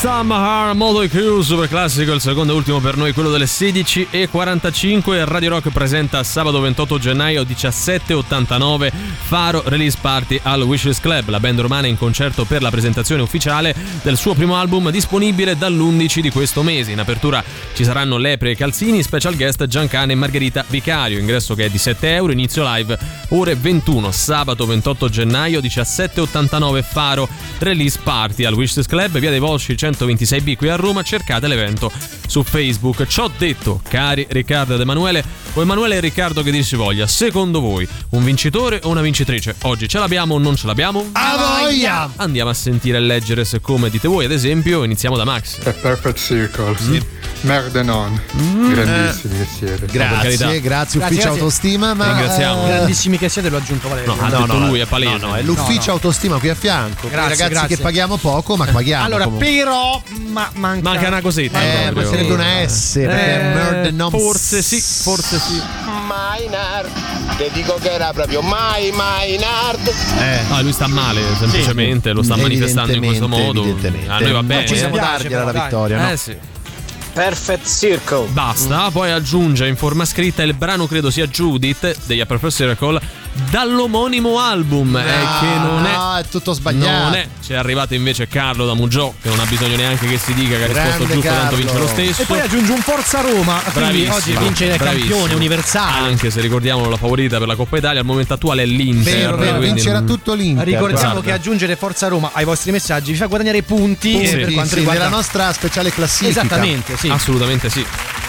Speaker 3: Summer Modo Crew, super classico, il secondo e ultimo per noi, quello delle 16:45. Radio Rock presenta sabato 28 gennaio 17:89 Faro Release Party al Wishes Club. La band romana è in concerto per la presentazione ufficiale del suo primo album, disponibile dall'11 di questo mese. In apertura ci saranno Lepre e Calzini, special guest Giancane e Margherita Vicario. Ingresso che è di €7, inizio live ore 21, sabato 28 gennaio 17:89 Faro Release Party al Wishes Club, via dei Volsci 126B qui a Roma. Cercate l'evento su Facebook. Ciò detto, cari Riccardo ed Emanuele, o Emanuele e Riccardo che dir si voglia, secondo voi un vincitore o una vincitrice oggi ce l'abbiamo o non ce l'abbiamo?
Speaker 5: A voglia!
Speaker 3: Andiamo a sentire e leggere se come dite voi. Ad esempio iniziamo da Max.
Speaker 16: È Perfect Circle, Merde non. Grandissimi che siete.
Speaker 5: Grazie ufficio autostima, ma
Speaker 3: ringraziamo.
Speaker 4: Grandissimi che siete, l'ho aggiunto Valerio.
Speaker 3: No, ha detto lui, è palese.
Speaker 5: No, è l'ufficio autostima qui a fianco.
Speaker 4: Grazie,
Speaker 5: ragazzi che paghiamo poco, ma paghiamo.
Speaker 4: Allora,
Speaker 5: comunque.
Speaker 4: però
Speaker 3: manca una cosetta.
Speaker 5: Ma sarebbe una S, perché Merde non.
Speaker 3: Forse sì.
Speaker 10: Maynard, ti dico che era proprio Maynard.
Speaker 3: No, lui sta male, semplicemente lo sta manifestando in questo modo. A noi va bene.
Speaker 5: Ma possiamo dargliela la vittoria, no?
Speaker 3: Sì.
Speaker 10: Perfect Circle.
Speaker 3: Basta, poi aggiunge in forma scritta il brano, credo sia Judith degli A Perfect Circle, dall'omonimo album, che non
Speaker 5: è tutto sbagliato.
Speaker 3: Non è. Ci è arrivato invece Carlo da Mugiò, che non ha bisogno neanche che si dica che ha risposto giusto, tanto vince lo stesso.
Speaker 4: E poi aggiunge un Forza Roma, quindi oggi vince il campione universale.
Speaker 3: Anche se ricordiamo la favorita per la Coppa Italia al momento attuale è l'Inter.
Speaker 5: Vero, vincerà tutto l'Inter.
Speaker 4: Ricordiamo che aggiungere Forza Roma ai vostri messaggi vi fa guadagnare punti per quanto riguarda
Speaker 5: la nostra speciale classifica.
Speaker 4: Esattamente, sì.
Speaker 3: Assolutamente sì.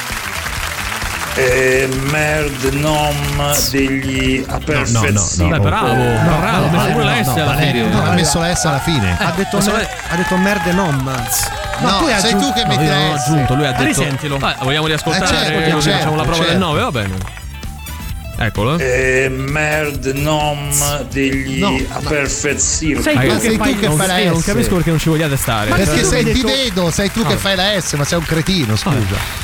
Speaker 11: Merde nom degli A Perfect Circle.
Speaker 3: Bravo, ha messo pure la S alla fine.
Speaker 5: Ha messo la S alla fine.
Speaker 4: Ha detto merde nom.
Speaker 5: No, sei tu che metti la S.
Speaker 3: Io non ho aggiunto, lui ha detto.
Speaker 4: Risentilo.
Speaker 3: Vogliamo riascoltare?
Speaker 5: Certo,
Speaker 3: facciamo la prova del 9, va bene. Eccolo.
Speaker 11: Merde nom degli A Perfect Circle.
Speaker 4: Sei tu che fai la S.
Speaker 3: Non capisco perché non ci vogliate stare.
Speaker 5: Perché ti vedo, sei tu che fai la S, ma sei un cretino, scusa.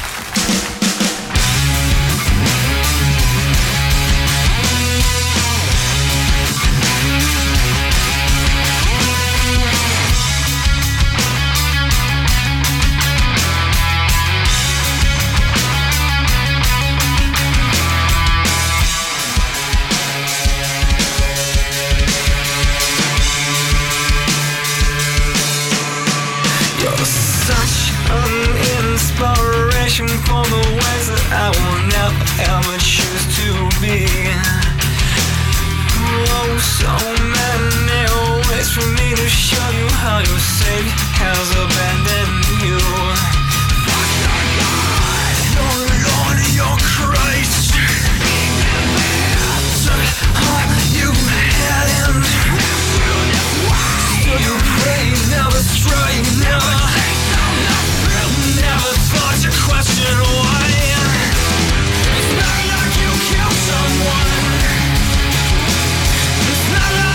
Speaker 18: For the ways that I will never ever choose to be. Oh, so many ways for me to show you how your Savior has abandoned you. Oh Lord, your Christ, you had him. Still you pray, never stray, never thought to question why. It's not like you killed someone. It's not like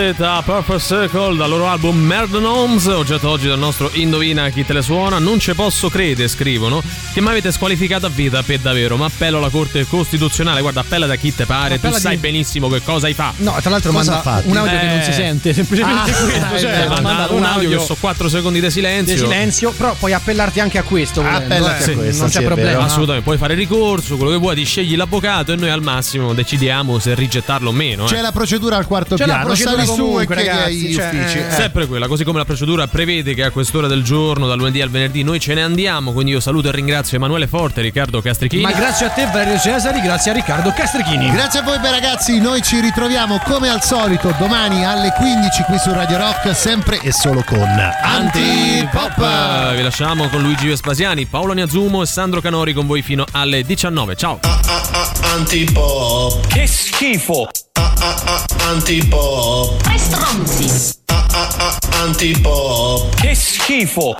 Speaker 3: Gazetta, Perfect Circle, dal loro album Murder Homes, oggetto oggi del nostro Indovina chi te le suona. Non ci posso credere, scrivono, che mi avete squalificato a vita per davvero, ma appello alla Corte Costituzionale. Guarda, appella da chi te pare, tu sai benissimo che cosa hai fatto.
Speaker 4: No, tra l'altro manda un audio che non si sente, semplicemente questo, cioè
Speaker 3: manda un audio che so 4 secondi di silenzio.
Speaker 4: Però puoi appellarti anche a questo,
Speaker 5: appellati a questo,
Speaker 4: non c'è problema.
Speaker 3: Assolutamente, puoi fare ricorso, quello che vuoi, ti scegli l'avvocato e noi al massimo decidiamo se rigettarlo o meno.
Speaker 5: C'è la procedura al quarto
Speaker 4: C'è
Speaker 5: piano,
Speaker 4: la procedura
Speaker 5: sali su e chiedi
Speaker 4: ragazzi,
Speaker 5: agli uffici.
Speaker 3: Sempre quella, così come la procedura prevede che a quest'ora del giorno, dal lunedì al venerdì, noi ce ne andiamo. Quindi io saluto e ringrazio Emanuele Forte e Riccardo Castrichini.
Speaker 4: Ma grazie a te Valerio Cesari, grazie a Riccardo Castrichini.
Speaker 5: Grazie a voi ragazzi, noi ci ritroviamo come al solito domani alle 15 qui su Radio Rock, sempre e solo con Antipop.
Speaker 3: Vi lasciamo con Luigi Vespasiani, Paolo Niazumo e Sandro Canori con voi fino alle 19. Ciao.
Speaker 13: Antipop.
Speaker 2: Che schifo.
Speaker 13: Antipop.
Speaker 2: Che stronzi.
Speaker 13: Antipop.
Speaker 2: Che schifo.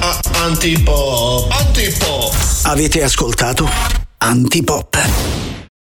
Speaker 13: Antipop. Antipop.
Speaker 1: Avete ascoltato Antipop.